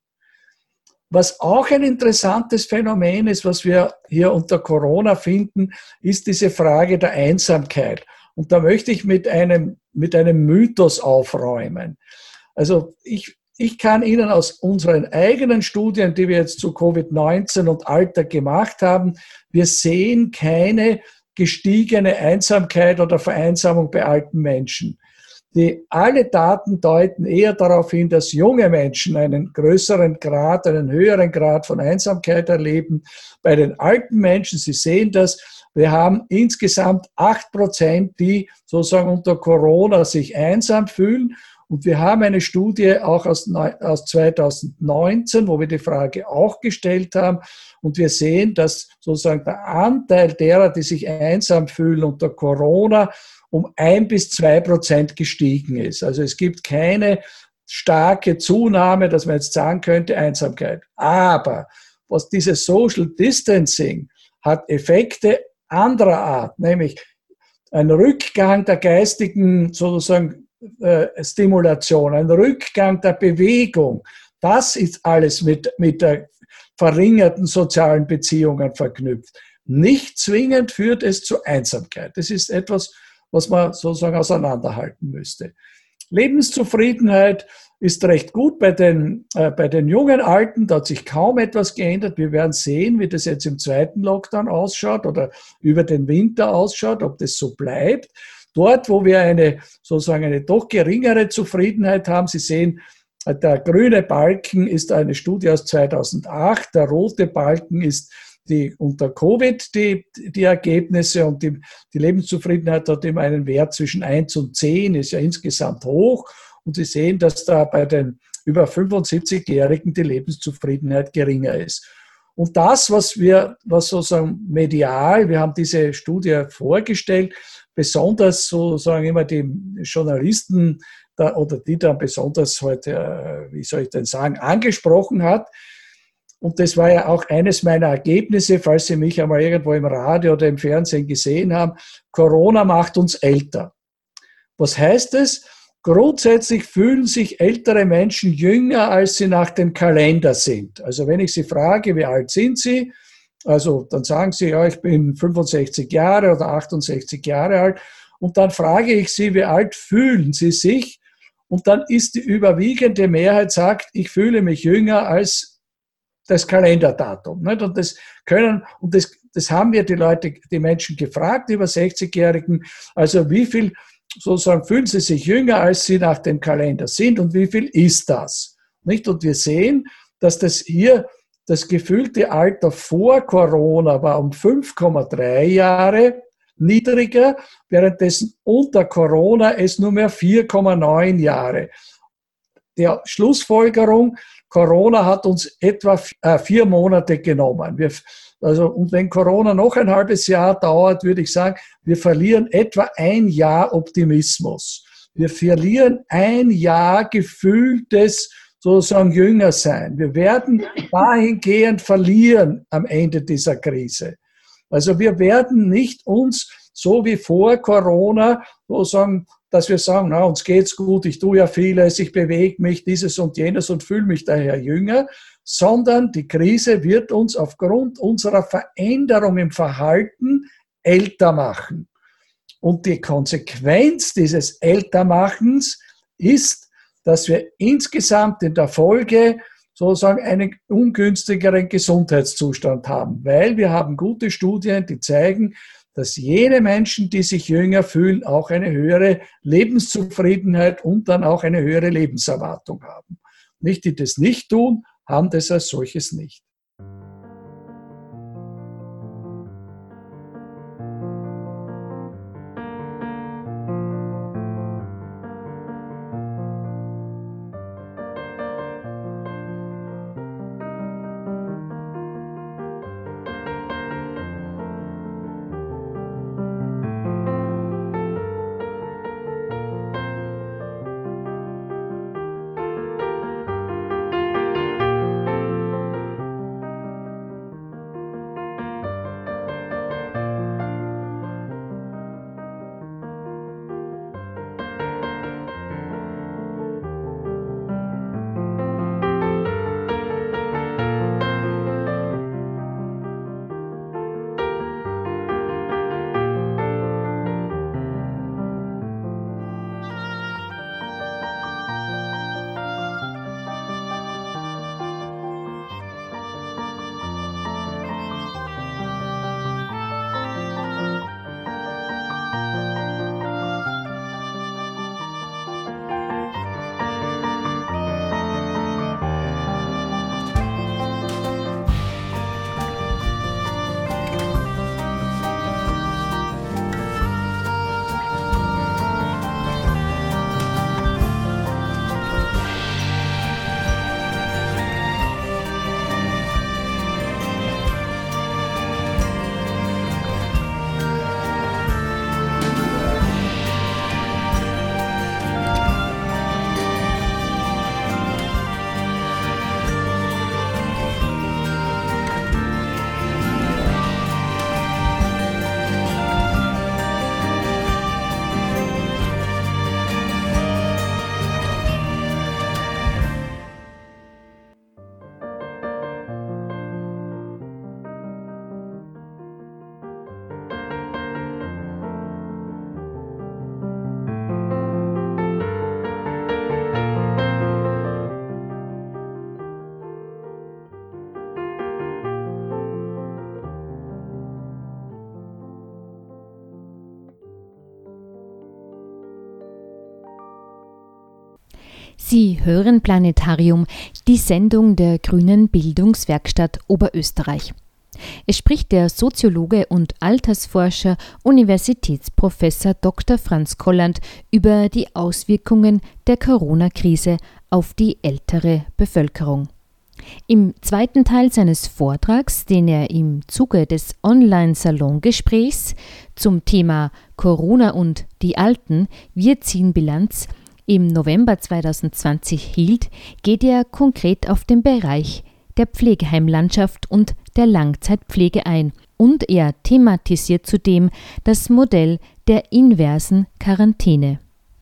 Was auch ein interessantes Phänomen ist, was wir hier unter Corona finden, ist diese Frage der Einsamkeit. Und da möchte ich mit einem, mit einem Mythos aufräumen. Also ich, ich kann Ihnen aus unseren eigenen Studien, die wir jetzt zu Covid neunzehn und Alter gemacht haben, wir sehen keine gestiegene Einsamkeit oder Vereinsamung bei alten Menschen. Die, alle Daten deuten eher darauf hin, dass junge Menschen einen größeren Grad, einen höheren Grad von Einsamkeit erleben. Bei den alten Menschen, Sie sehen das, wir haben insgesamt acht Prozent, die sozusagen unter Corona sich einsam fühlen. Und wir haben eine Studie auch aus, aus zweitausendneunzehn, wo wir die Frage auch gestellt haben. Und wir sehen, dass sozusagen der Anteil derer, die sich einsam fühlen unter Corona, um ein bis zwei Prozent gestiegen ist. Also es gibt keine starke Zunahme, dass man jetzt sagen könnte, Einsamkeit. Aber was dieses Social Distancing hat Effekte anderer Art, nämlich ein Rückgang der geistigen sozusagen Stimulation, ein Rückgang der Bewegung. Das ist alles mit, mit der verringerten sozialen Beziehungen verknüpft. Nicht zwingend führt es zu Einsamkeit. Das ist etwas, was man sozusagen auseinanderhalten müsste. Lebenszufriedenheit ist recht gut bei den, äh, bei den jungen Alten. Da hat sich kaum etwas geändert. Wir werden sehen, wie das jetzt im zweiten Lockdown ausschaut oder über den Winter ausschaut, ob das so bleibt. Dort, wo wir eine sozusagen eine doch geringere Zufriedenheit haben, Sie sehen, der grüne Balken ist eine Studie aus zweitausendacht, der rote Balken ist die unter Covid die, die Ergebnisse und die, die Lebenszufriedenheit hat immer einen Wert zwischen eins und zehn, ist ja insgesamt hoch. Und Sie sehen, dass da bei den über fünfundsiebzigjährigen die Lebenszufriedenheit geringer ist. Und das, was wir, was sozusagen medial, wir haben diese Studie vorgestellt, besonders sozusagen immer die Journalisten da, oder die dann besonders heute, wie soll ich denn sagen, angesprochen hat. Und das war ja auch eines meiner Ergebnisse, falls Sie mich einmal irgendwo im Radio oder im Fernsehen gesehen haben. Corona macht uns älter. Was heißt es? Grundsätzlich fühlen sich ältere Menschen jünger, als sie nach dem Kalender sind. Also wenn ich Sie frage, wie alt sind Sie? Also dann sagen Sie, ja, ich bin fünfundsechzig Jahre oder achtundsechzig Jahre alt. Und dann frage ich Sie, wie alt fühlen Sie sich? Und dann ist die überwiegende Mehrheit sagt, ich fühle mich jünger als das Kalenderdatum. Und das können, und das, das haben wir die Leute, die Menschen gefragt, über sechzigjährigen, also wie viel sozusagen fühlen sie sich jünger, als sie nach dem Kalender sind und wie viel ist das? Nicht? Und wir sehen, dass das hier das gefühlte Alter vor Corona war um fünf Komma drei Jahre niedriger, währenddessen unter Corona es nur mehr vier Komma neun Jahre. Die Schlussfolgerung, Corona hat uns etwa vier Monate genommen. Wir, also, und wenn Corona noch ein halbes Jahr dauert, würde ich sagen, wir verlieren etwa ein Jahr Optimismus. Wir verlieren ein Jahr gefühltes sozusagen jünger sein. Wir werden dahingehend verlieren am Ende dieser Krise. Also wir werden nicht uns so wie vor Corona sozusagen, dass wir sagen, na, uns geht's gut, ich tue ja vieles, ich bewege mich, dieses und jenes und fühle mich daher jünger, sondern die Krise wird uns aufgrund unserer Veränderung im Verhalten älter machen. Und die Konsequenz dieses Ältermachens ist, dass wir insgesamt in der Folge sozusagen einen ungünstigeren Gesundheitszustand haben, weil wir haben gute Studien, die zeigen, dass jene Menschen, die sich jünger fühlen, auch eine höhere Lebenszufriedenheit und dann auch eine höhere Lebenserwartung haben. Nicht, die das nicht tun, haben das als solches nicht. Sie hören Planetarium, die Sendung der Grünen Bildungswerkstatt Oberösterreich. Es spricht der Soziologe und Altersforscher Universitätsprofessor Doktor Franz Kolland über die Auswirkungen der Corona-Krise auf die ältere Bevölkerung. Im zweiten Teil seines Vortrags, den er im Zuge des Online-Salongesprächs zum Thema Corona und die Alten, wir ziehen Bilanz, im November zweitausendzwanzig hielt, geht er konkret auf den Bereich der Pflegeheimlandschaft und der Langzeitpflege ein und er thematisiert zudem das Modell der inversen Quarantäne.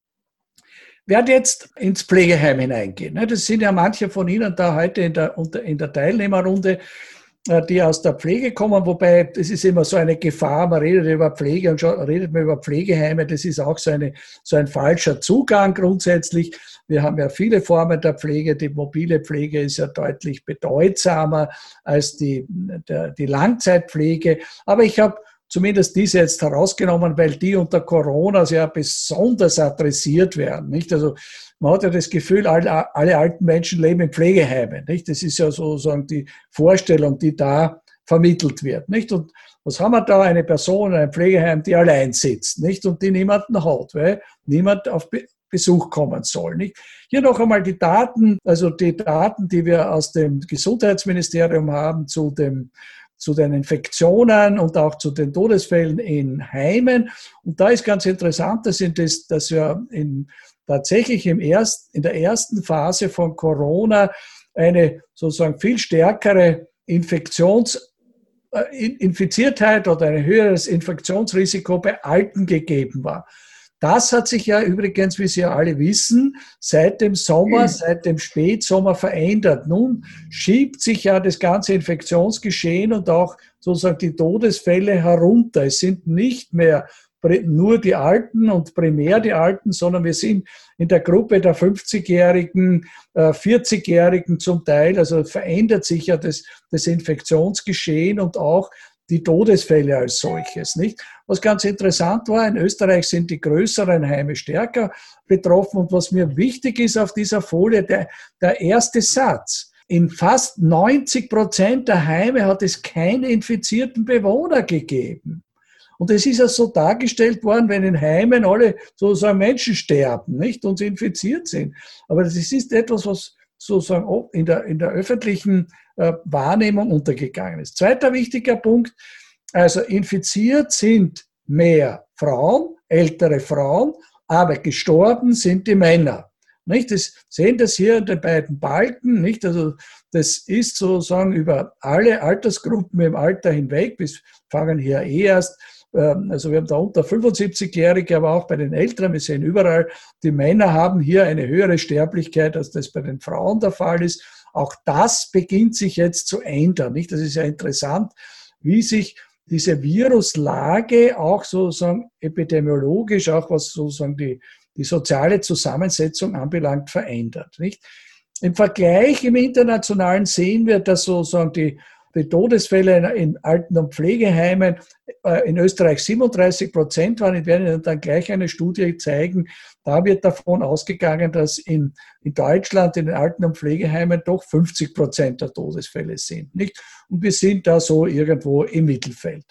Ich werde jetzt ins Pflegeheim hineingehen. Das sind ja manche von Ihnen da heute in der, in der Teilnehmerrunde, die aus der Pflege kommen, wobei das ist immer so eine Gefahr, man redet über Pflege und schon redet man über Pflegeheime, das ist auch so, eine, so ein falscher Zugang grundsätzlich. Wir haben ja viele Formen der Pflege, die mobile Pflege ist ja deutlich bedeutsamer als die, der, die Langzeitpflege, aber ich habe zumindest diese jetzt herausgenommen, weil die unter Corona sehr besonders adressiert werden. Nicht? Also man hat ja das Gefühl, alle, alle alten Menschen leben in Pflegeheimen. Nicht? Das ist ja sozusagen die Vorstellung, die da vermittelt wird. Nicht? Und was haben wir da? Eine Person in einem Pflegeheim, die allein sitzt, nicht? Und die niemanden hat, weil niemand auf Be- Besuch kommen soll. Nicht? Hier noch einmal die Daten, also die Daten, die wir aus dem Gesundheitsministerium haben zu dem zu den Infektionen und auch zu den Todesfällen in Heimen. Und da ist ganz interessant, dass, das, dass wir in, tatsächlich im erst, in der ersten Phase von Corona eine sozusagen viel stärkere Infektions, äh, Infiziertheit oder ein höheres Infektionsrisiko bei Alten gegeben war. Das hat sich ja übrigens, wie Sie ja alle wissen, seit dem Sommer, seit dem Spätsommer verändert. Nun schiebt sich ja das ganze Infektionsgeschehen und auch sozusagen die Todesfälle herunter. Es sind nicht mehr nur die Alten und primär die Alten, sondern wir sind in der Gruppe der fünfzigjährigen, vierzigjährigen zum Teil. Also verändert sich ja das, das Infektionsgeschehen und auch die Todesfälle als solches, nicht? Was ganz interessant war, in Österreich sind die größeren Heime stärker betroffen und was mir wichtig ist auf dieser Folie, der, der erste Satz. In fast neunzig Prozent der Heime hat es keine infizierten Bewohner gegeben. Und es ist ja so dargestellt worden, wenn in Heimen alle sozusagen Menschen sterben, nicht? Und sie infiziert sind. Aber das ist etwas, was sozusagen in der, in der öffentlichen äh, Wahrnehmung untergegangen ist. Zweiter wichtiger Punkt, also infiziert sind mehr Frauen, ältere Frauen, aber gestorben sind die Männer. Nicht? Das, sehen das hier in den beiden Balken, nicht? Also das ist sozusagen über alle Altersgruppen im Alter hinweg, wir fangen hier eh erst. Also wir haben da unter fünfundsiebzigjährige, aber auch bei den Älteren, wir sehen überall, die Männer haben hier eine höhere Sterblichkeit, als das bei den Frauen der Fall ist. Auch das beginnt sich jetzt zu ändern. Nicht? Das ist ja interessant, wie sich diese Viruslage auch sozusagen epidemiologisch, auch was sozusagen die, die soziale Zusammensetzung anbelangt, verändert. Nicht? Im Vergleich im Internationalen sehen wir, dass sozusagen die Die Todesfälle in Alten- und Pflegeheimen in Österreich siebenunddreißig Prozent waren. Ich werde Ihnen dann gleich eine Studie zeigen. Da wird davon ausgegangen, dass in, in Deutschland in den Alten- und Pflegeheimen doch fünfzig Prozent der Todesfälle sind. Nicht? Und wir sind da so irgendwo im Mittelfeld.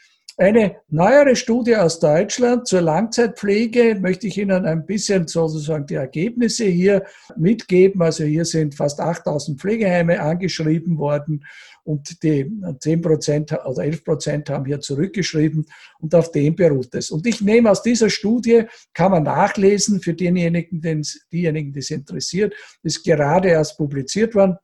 Eine neuere Studie aus Deutschland zur Langzeitpflege möchte ich Ihnen ein bisschen sozusagen die Ergebnisse hier mitgeben. Also hier sind fast achttausend Pflegeheime angeschrieben worden und die zehn Prozent oder elf Prozent haben hier zurückgeschrieben und auf dem beruht es. Und ich nehme aus dieser Studie, kann man nachlesen für diejenigen, diejenigen, die es interessiert, ist gerade erst publiziert worden.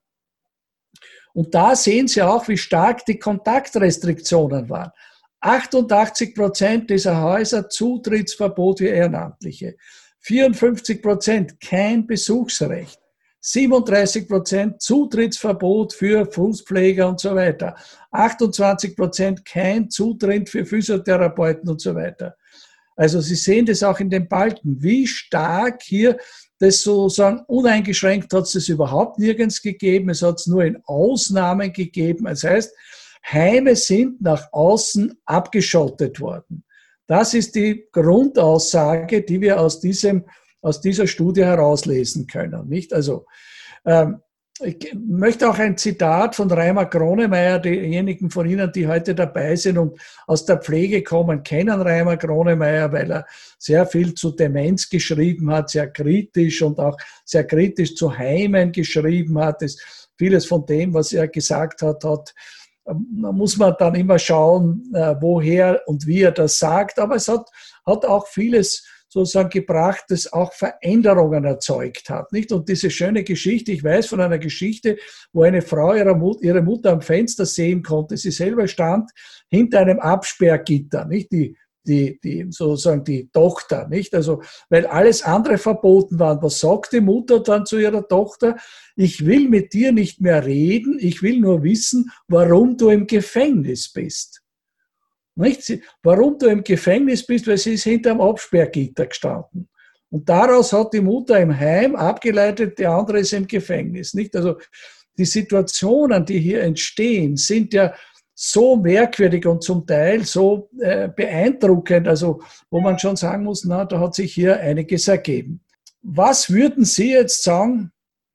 Und da sehen Sie auch, wie stark die Kontaktrestriktionen waren. achtundachtzig Prozent dieser Häuser Zutrittsverbot für Ehrenamtliche, vierundfünfzig Prozent kein Besuchsrecht, siebenunddreißig Prozent Zutrittsverbot für Fußpfleger und so weiter, achtundzwanzig Prozent kein Zutritt für Physiotherapeuten und so weiter. Also Sie sehen das auch in den Balken, wie stark hier das sozusagen uneingeschränkt hat es das überhaupt nirgends gegeben, es hat es nur in Ausnahmen gegeben. Das heißt, Heime sind nach außen abgeschottet worden. Das ist die Grundaussage, die wir aus diesem aus dieser Studie herauslesen können. Nicht? Also, ähm, ich möchte auch ein Zitat von Reimer Gronemeyer, diejenigen von Ihnen, die heute dabei sind und aus der Pflege kommen, kennen Reimer Gronemeyer, weil er sehr viel zu Demenz geschrieben hat, sehr kritisch und auch sehr kritisch zu Heimen geschrieben hat. Das, vieles von dem, was er gesagt hat, hat, muss man dann immer schauen, woher und wie er das sagt. Aber es hat, hat auch vieles sozusagen gebracht, das auch Veränderungen erzeugt hat. Nicht? Und diese schöne Geschichte, ich weiß von einer Geschichte, wo eine Frau ihre, Mut, ihre Mutter am Fenster sehen konnte. Sie selber stand hinter einem Absperrgitter, nicht? Die, die, die, sozusagen die Tochter, nicht? Also, weil alles andere verboten war. Was sagt die Mutter dann zu ihrer Tochter? Ich will mit dir nicht mehr reden, ich will nur wissen, warum du im Gefängnis bist. Nicht? Warum du im Gefängnis bist, weil sie ist hinter dem Absperrgitter gestanden. Und daraus hat die Mutter im Heim abgeleitet, der andere ist im Gefängnis. Nicht? Also die Situationen, die hier entstehen, sind ja so merkwürdig und zum Teil so äh, beeindruckend, also wo man schon sagen muss, na, da hat sich hier einiges ergeben. Was würden Sie jetzt sagen,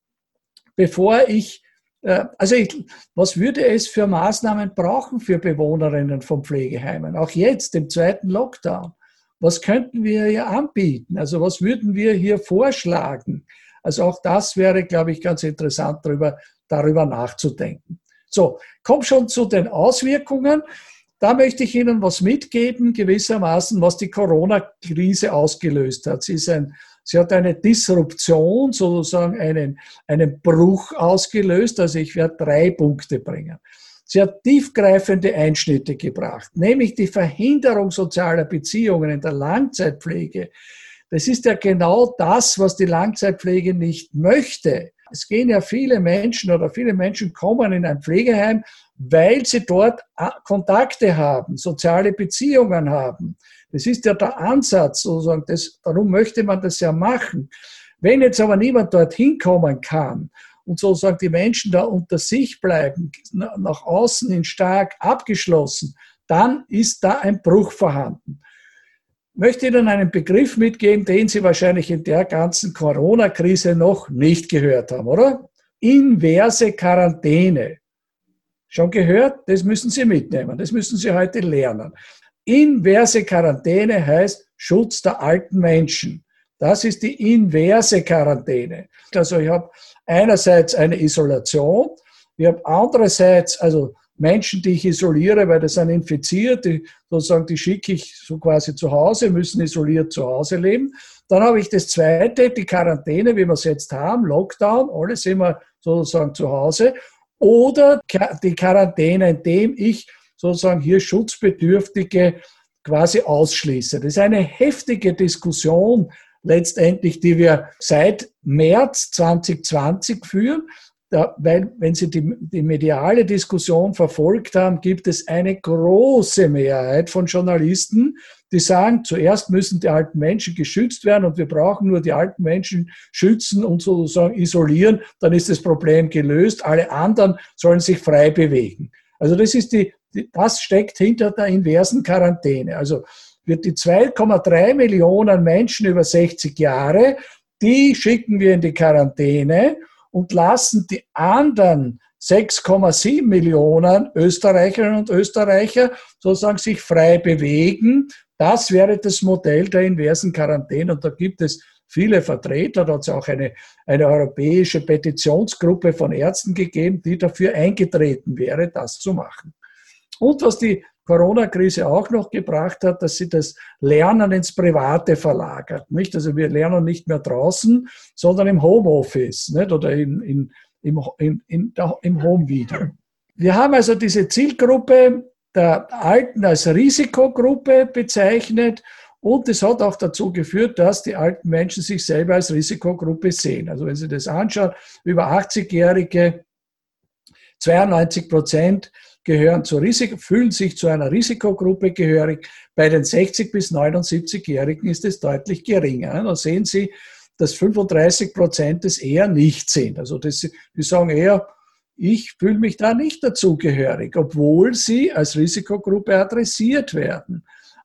bevor ich Also ich, was würde es für Maßnahmen brauchen für Bewohnerinnen von Pflegeheimen? Auch jetzt im zweiten Lockdown. Was könnten wir hier anbieten? Also was würden wir hier vorschlagen? Also auch das wäre, glaube ich, ganz interessant, darüber, darüber nachzudenken. So, komm schon zu den Auswirkungen. Da möchte ich Ihnen was mitgeben, gewissermaßen, was die Corona-Krise ausgelöst hat. Sie ist ein Sie hat eine Disruption, sozusagen einen, einen Bruch ausgelöst. Also ich werde drei Punkte bringen. Sie hat tiefgreifende Einschnitte gebracht, nämlich die Verhinderung sozialer Beziehungen in der Langzeitpflege. Das ist ja genau das, was die Langzeitpflege nicht möchte. Es gehen ja viele Menschen oder viele Menschen kommen in ein Pflegeheim, weil sie dort Kontakte haben, soziale Beziehungen haben. Das ist ja der Ansatz, sozusagen. Das, darum möchte man das ja machen. Wenn jetzt aber niemand dorthin kommen kann und sozusagen die Menschen da unter sich bleiben, nach außen hin stark abgeschlossen, dann ist da ein Bruch vorhanden. Ich möchte Ihnen einen Begriff mitgeben, den Sie wahrscheinlich in der ganzen Corona-Krise noch nicht gehört haben, oder? Inverse Quarantäne. Schon gehört? Das müssen Sie mitnehmen. Das müssen Sie heute lernen. Inverse Quarantäne heißt Schutz der alten Menschen. Das ist die inverse Quarantäne. Also ich habe einerseits eine Isolation, ich habe andererseits also Menschen, die ich isoliere, weil das sind infiziert, die sozusagen die schicke ich so quasi zu Hause, müssen isoliert zu Hause leben. Dann habe ich das Zweite, die Quarantäne, wie wir es jetzt haben, Lockdown, alle sind wir sozusagen zu Hause. Oder die Quarantäne, indem ich sozusagen hier Schutzbedürftige quasi ausschließe. Das ist eine heftige Diskussion letztendlich, die wir seit März zwanzig zwanzig führen. Da, weil, wenn Sie die, die mediale Diskussion verfolgt haben, gibt es eine große Mehrheit von Journalisten, die sagen, zuerst müssen die alten Menschen geschützt werden und wir brauchen nur die alten Menschen schützen und sozusagen isolieren, dann ist das Problem gelöst. Alle anderen sollen sich frei bewegen. Also das ist die, die das steckt hinter der inversen Quarantäne. Also wird die zwei Komma drei Millionen Menschen über sechzig Jahre, die schicken wir in die Quarantäne und lassen die anderen sechs Komma sieben Millionen Österreicherinnen und Österreicher sozusagen sich frei bewegen. Das wäre das Modell der inversen Quarantäne. Und da gibt es viele Vertreter, da hat es auch eine, eine europäische Petitionsgruppe von Ärzten gegeben, die dafür eingetreten wäre, das zu machen. Und was die Corona-Krise auch noch gebracht hat, dass sie das Lernen ins Private verlagert. Nicht? Also wir lernen nicht mehr draußen, sondern im Homeoffice, nicht? Oder in, in, im, in, in, im Home-Video. Wir haben also diese Zielgruppe der Alten als Risikogruppe bezeichnet und es hat auch dazu geführt, dass die alten Menschen sich selber als Risikogruppe sehen. Also wenn Sie das anschauen, über achtzigjährige, zweiundneunzig Prozent gehören zu Risiko, fühlen sich zu einer Risikogruppe gehörig. Bei den sechzig- bis neunundsiebzigjährigen ist es deutlich geringer. Da sehen Sie, dass fünfunddreißig Prozent es eher nicht sind. Also das, die sagen eher, ich fühle mich da nicht dazugehörig, obwohl sie als Risikogruppe adressiert werden.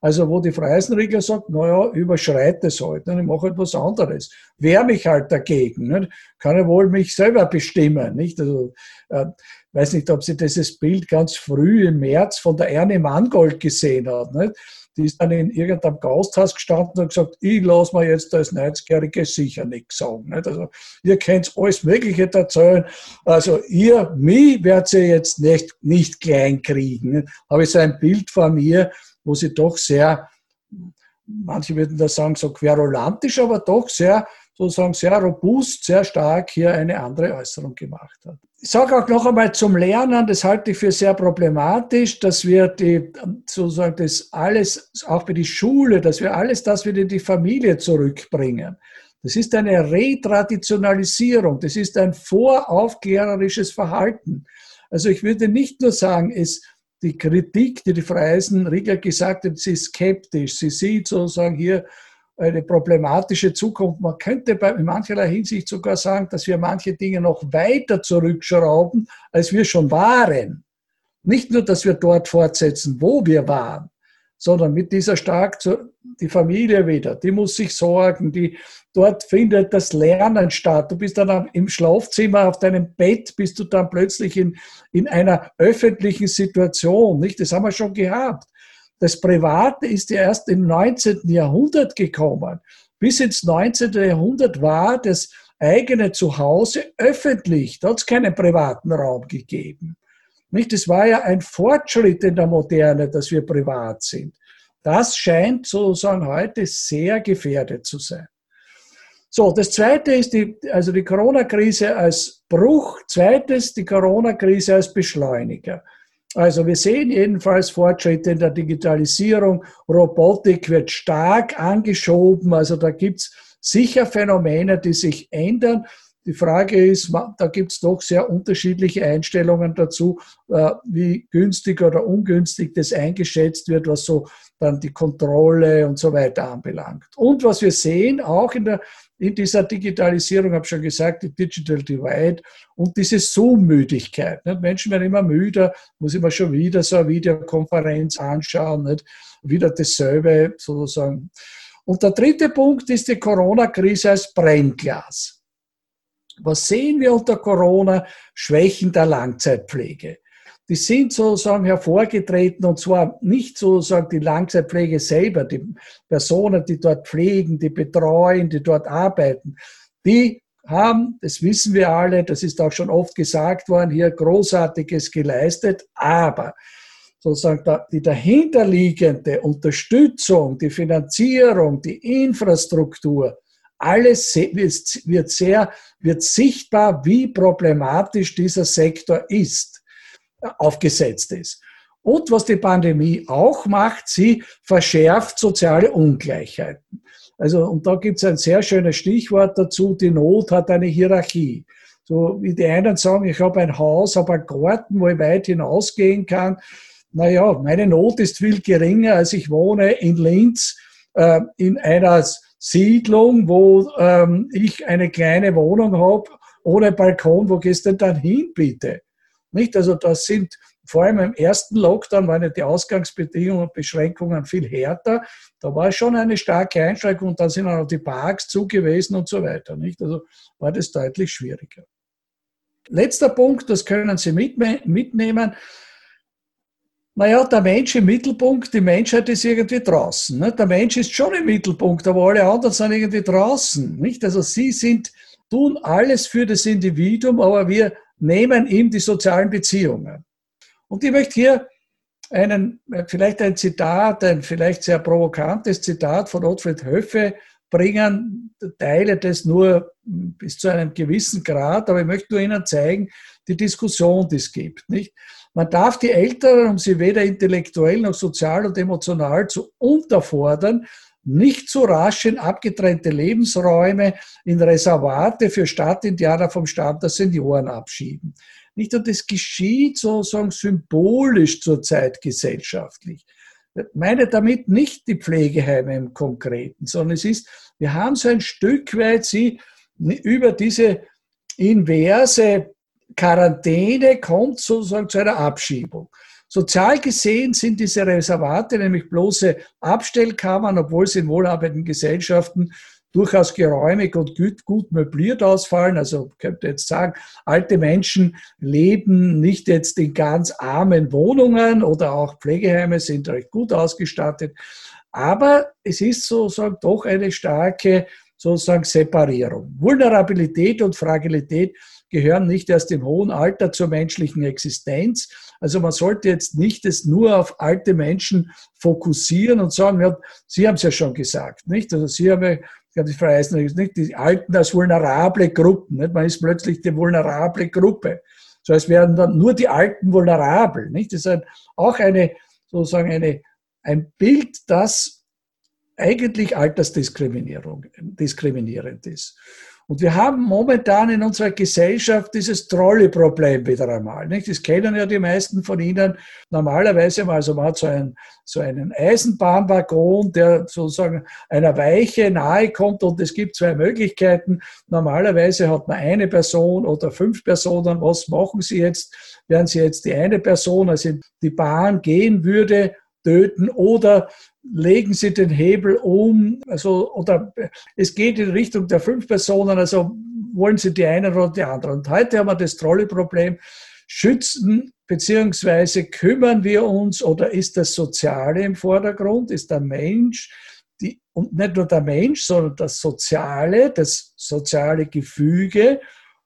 Also wo die Freisenriegler sagt, naja, überschreite es halt, ich mache halt was anderes. Wehr mich halt dagegen, nicht? Kann ich wohl mich selber bestimmen. Nicht? Also, äh, weiß nicht, ob Sie dieses Bild ganz früh im März von der Ernie Mangold gesehen hat. Nicht? Die ist dann in irgendeinem Gasthaus gestanden und gesagt, ich lasse mir jetzt als neunzigjährige sicher nichts sagen. Nicht? Also ihr könnt alles Mögliche erzählen. Also ihr, mich werdet ihr jetzt nicht, nicht klein kriegen. Nicht? Habe ich so ein Bild von mir, wo sie doch sehr, manche würden da sagen, so querulantisch, aber doch sehr, sozusagen sehr robust, sehr stark hier eine andere Äußerung gemacht hat. Ich sage auch noch einmal zum Lernen, das halte ich für sehr problematisch, dass wir die, sozusagen das alles, auch für die Schule, dass wir alles das wieder in die Familie zurückbringen. Das ist eine Retraditionalisierung, das ist ein voraufklärerisches Verhalten. Also ich würde nicht nur sagen, es, die Kritik, die die Freisenriegler gesagt hat, sie ist skeptisch, sie sieht sozusagen hier eine problematische Zukunft. Man könnte bei, in mancherlei Hinsicht sogar sagen, dass wir manche Dinge noch weiter zurückschrauben, als wir schon waren. Nicht nur, dass wir dort fortsetzen, wo wir waren, sondern mit dieser stark, die Familie wieder, die muss sich sorgen, die, dort findet das Lernen statt. Du bist dann im Schlafzimmer auf deinem Bett, bist du dann plötzlich in, in einer öffentlichen Situation. Nicht? Das haben wir schon gehabt. Das Private ist ja erst im neunzehnten Jahrhundert gekommen. Bis ins neunzehnten Jahrhundert war das eigene Zuhause öffentlich. Da hat es keinen privaten Raum gegeben. Nicht? Das war ja ein Fortschritt in der Moderne, dass wir privat sind. Das scheint sozusagen heute sehr gefährdet zu sein. So, das Zweite ist die, also die Corona-Krise als Bruch. Zweites, die Corona-Krise als Beschleuniger. Also wir sehen jedenfalls Fortschritte in der Digitalisierung. Robotik wird stark angeschoben. Also da gibt es sicher Phänomene, die sich ändern. Die Frage ist, da gibt es doch sehr unterschiedliche Einstellungen dazu, wie günstig oder ungünstig das eingeschätzt wird, was so dann die Kontrolle und so weiter anbelangt. Und was wir sehen, auch in, der, in dieser Digitalisierung, habe ich schon gesagt, die Digital Divide und diese Zoom-Müdigkeit. Nicht? Menschen werden immer müder, muss ich mir schon wieder so eine Videokonferenz anschauen, nicht? Wieder dasselbe sozusagen. Und der dritte Punkt ist die Corona-Krise als Brennglas. Was sehen wir unter Corona? Schwächen der Langzeitpflege. Die sind sozusagen hervorgetreten, und zwar nicht sozusagen die Langzeitpflege selber, die Personen, die dort pflegen, die betreuen, die dort arbeiten. Die haben, das wissen wir alle, das ist auch schon oft gesagt worden, hier Großartiges geleistet, aber sozusagen die dahinterliegende Unterstützung, die Finanzierung, die Infrastruktur, alles wird sehr, wird sichtbar, wie problematisch dieser Sektor ist, aufgesetzt ist. Und was die Pandemie auch macht, sie verschärft soziale Ungleichheiten. Also, und da gibt es ein sehr schönes Stichwort dazu, die Not hat eine Hierarchie. So wie die einen sagen, ich habe ein Haus, habe einen Garten, wo ich weit hinausgehen kann. Naja, meine Not ist viel geringer, als ich wohne in Linz, äh, in einer Siedlung, wo ähm, ich eine kleine Wohnung habe, ohne Balkon. Wo gehst du denn dann hin, bitte? Nicht? Also das sind, vor allem im ersten Lockdown waren ja die Ausgangsbedingungen und Beschränkungen viel härter. Da war schon eine starke Einschränkung und dann sind auch noch die Parks zu gewesen und so weiter. Nicht? Also war das deutlich schwieriger. Letzter Punkt, das können Sie mitnehmen. Naja, der Mensch im Mittelpunkt, die Menschheit ist irgendwie draußen. Ne? Der Mensch ist schon im Mittelpunkt, aber alle anderen sind irgendwie draußen. Nicht? Also sie sind, tun alles für das Individuum, aber wir nehmen ihm die sozialen Beziehungen. Und ich möchte hier einen, vielleicht ein Zitat, ein vielleicht sehr provokantes Zitat von Ottfried Höffe bringen, teile das nur bis zu einem gewissen Grad, aber ich möchte nur Ihnen zeigen, die Diskussion, die es gibt. Nicht? Man darf die Älteren, um sie weder intellektuell noch sozial und emotional zu unterfordern, nicht so rasch in abgetrennte Lebensräume, in Reservate für Stadtindianer vom Stand der Senioren abschieben. Nicht nur das geschieht sozusagen symbolisch zurzeit gesellschaftlich. Ich meine damit nicht die Pflegeheime im Konkreten, sondern es ist, wir haben so ein Stück weit sie über diese inverse Quarantäne kommt sozusagen zu einer Abschiebung. sozial gesehen sind diese Reservate nämlich bloße Abstellkammern, obwohl sie in wohlhabenden Gesellschaften durchaus geräumig und gut, gut möbliert ausfallen. Also ich könnte jetzt sagen, alte Menschen leben nicht jetzt in ganz armen Wohnungen oder auch Pflegeheime sind recht gut ausgestattet. Aber es ist sozusagen doch eine starke sozusagen Separierung. Vulnerabilität und Fragilität gehören nicht erst im hohen Alter zur menschlichen Existenz. Also man sollte jetzt nicht es nur auf alte Menschen fokussieren und sagen, ja, Sie haben es ja schon gesagt, nicht? Also Sie haben ja die Verheißung, nicht die Alten als vulnerable Gruppen, nicht? Man ist plötzlich die vulnerable Gruppe. So als wären dann nur die Alten vulnerabel, nicht? Das ist auch eine, sozusagen eine, ein Bild, das eigentlich Altersdiskriminierung, diskriminierend ist. Und wir haben momentan in unserer Gesellschaft dieses Trolley-Problem wieder einmal. Nicht? Das kennen ja die meisten von Ihnen. Normalerweise, also man hat so einen, so einen Eisenbahnwaggon, der sozusagen einer Weiche nahe kommt und es gibt zwei Möglichkeiten. Normalerweise hat man eine Person oder fünf Personen. Was machen Sie jetzt? Werden Sie jetzt die eine Person, also die Bahn gehen würde, töten oder legen Sie den Hebel um, also, oder es geht in Richtung der fünf Personen, also wollen Sie die eine oder die andere. Und heute haben wir das Trolley-Problem. Schützen bzw. kümmern wir uns oder ist das Soziale im Vordergrund, ist der Mensch, die, und nicht nur der Mensch, sondern das Soziale, das soziale Gefüge,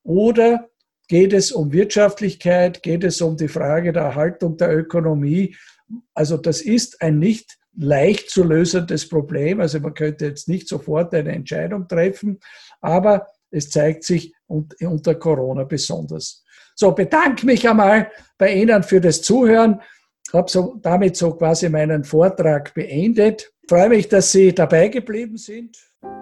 oder geht es um Wirtschaftlichkeit, geht es um die Frage der Erhaltung der Ökonomie? Also das ist ein nicht leicht zu lösendes Problem. Also man könnte jetzt nicht sofort eine Entscheidung treffen, aber es zeigt sich unter Corona besonders. So, bedanke mich einmal bei Ihnen für das Zuhören. Ich habe so, damit so quasi meinen Vortrag beendet. Ich freue mich, dass Sie dabei geblieben sind.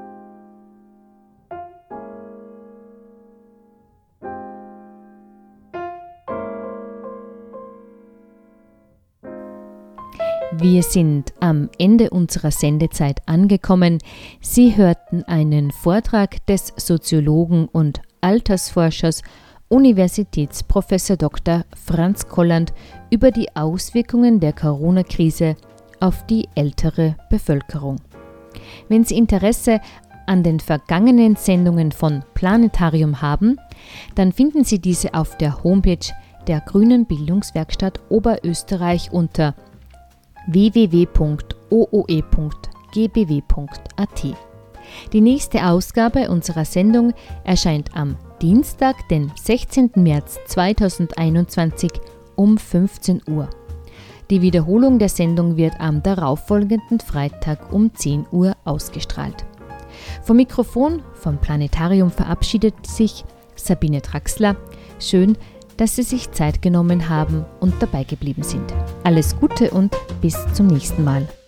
Wir sind am Ende unserer Sendezeit angekommen. Sie hörten einen Vortrag des Soziologen und Altersforschers Universitätsprofessor Doktor Franz Kolland über die Auswirkungen der Corona-Krise auf die ältere Bevölkerung. Wenn Sie Interesse an den vergangenen Sendungen von Planetarium haben, dann finden Sie diese auf der Homepage der Grünen Bildungswerkstatt Oberösterreich unter w w w punkt o o e punkt g b w punkt a t. Die nächste Ausgabe unserer Sendung erscheint am Dienstag, den sechzehnten März zweitausendeinundzwanzig um fünfzehn Uhr. Die Wiederholung der Sendung wird am darauffolgenden Freitag um zehn Uhr ausgestrahlt. Vom Mikrofon vom Planetarium verabschiedet sich Sabine Traxler. Schön, dass Sie sich Zeit genommen haben und dabei geblieben sind. Alles Gute und bis zum nächsten Mal.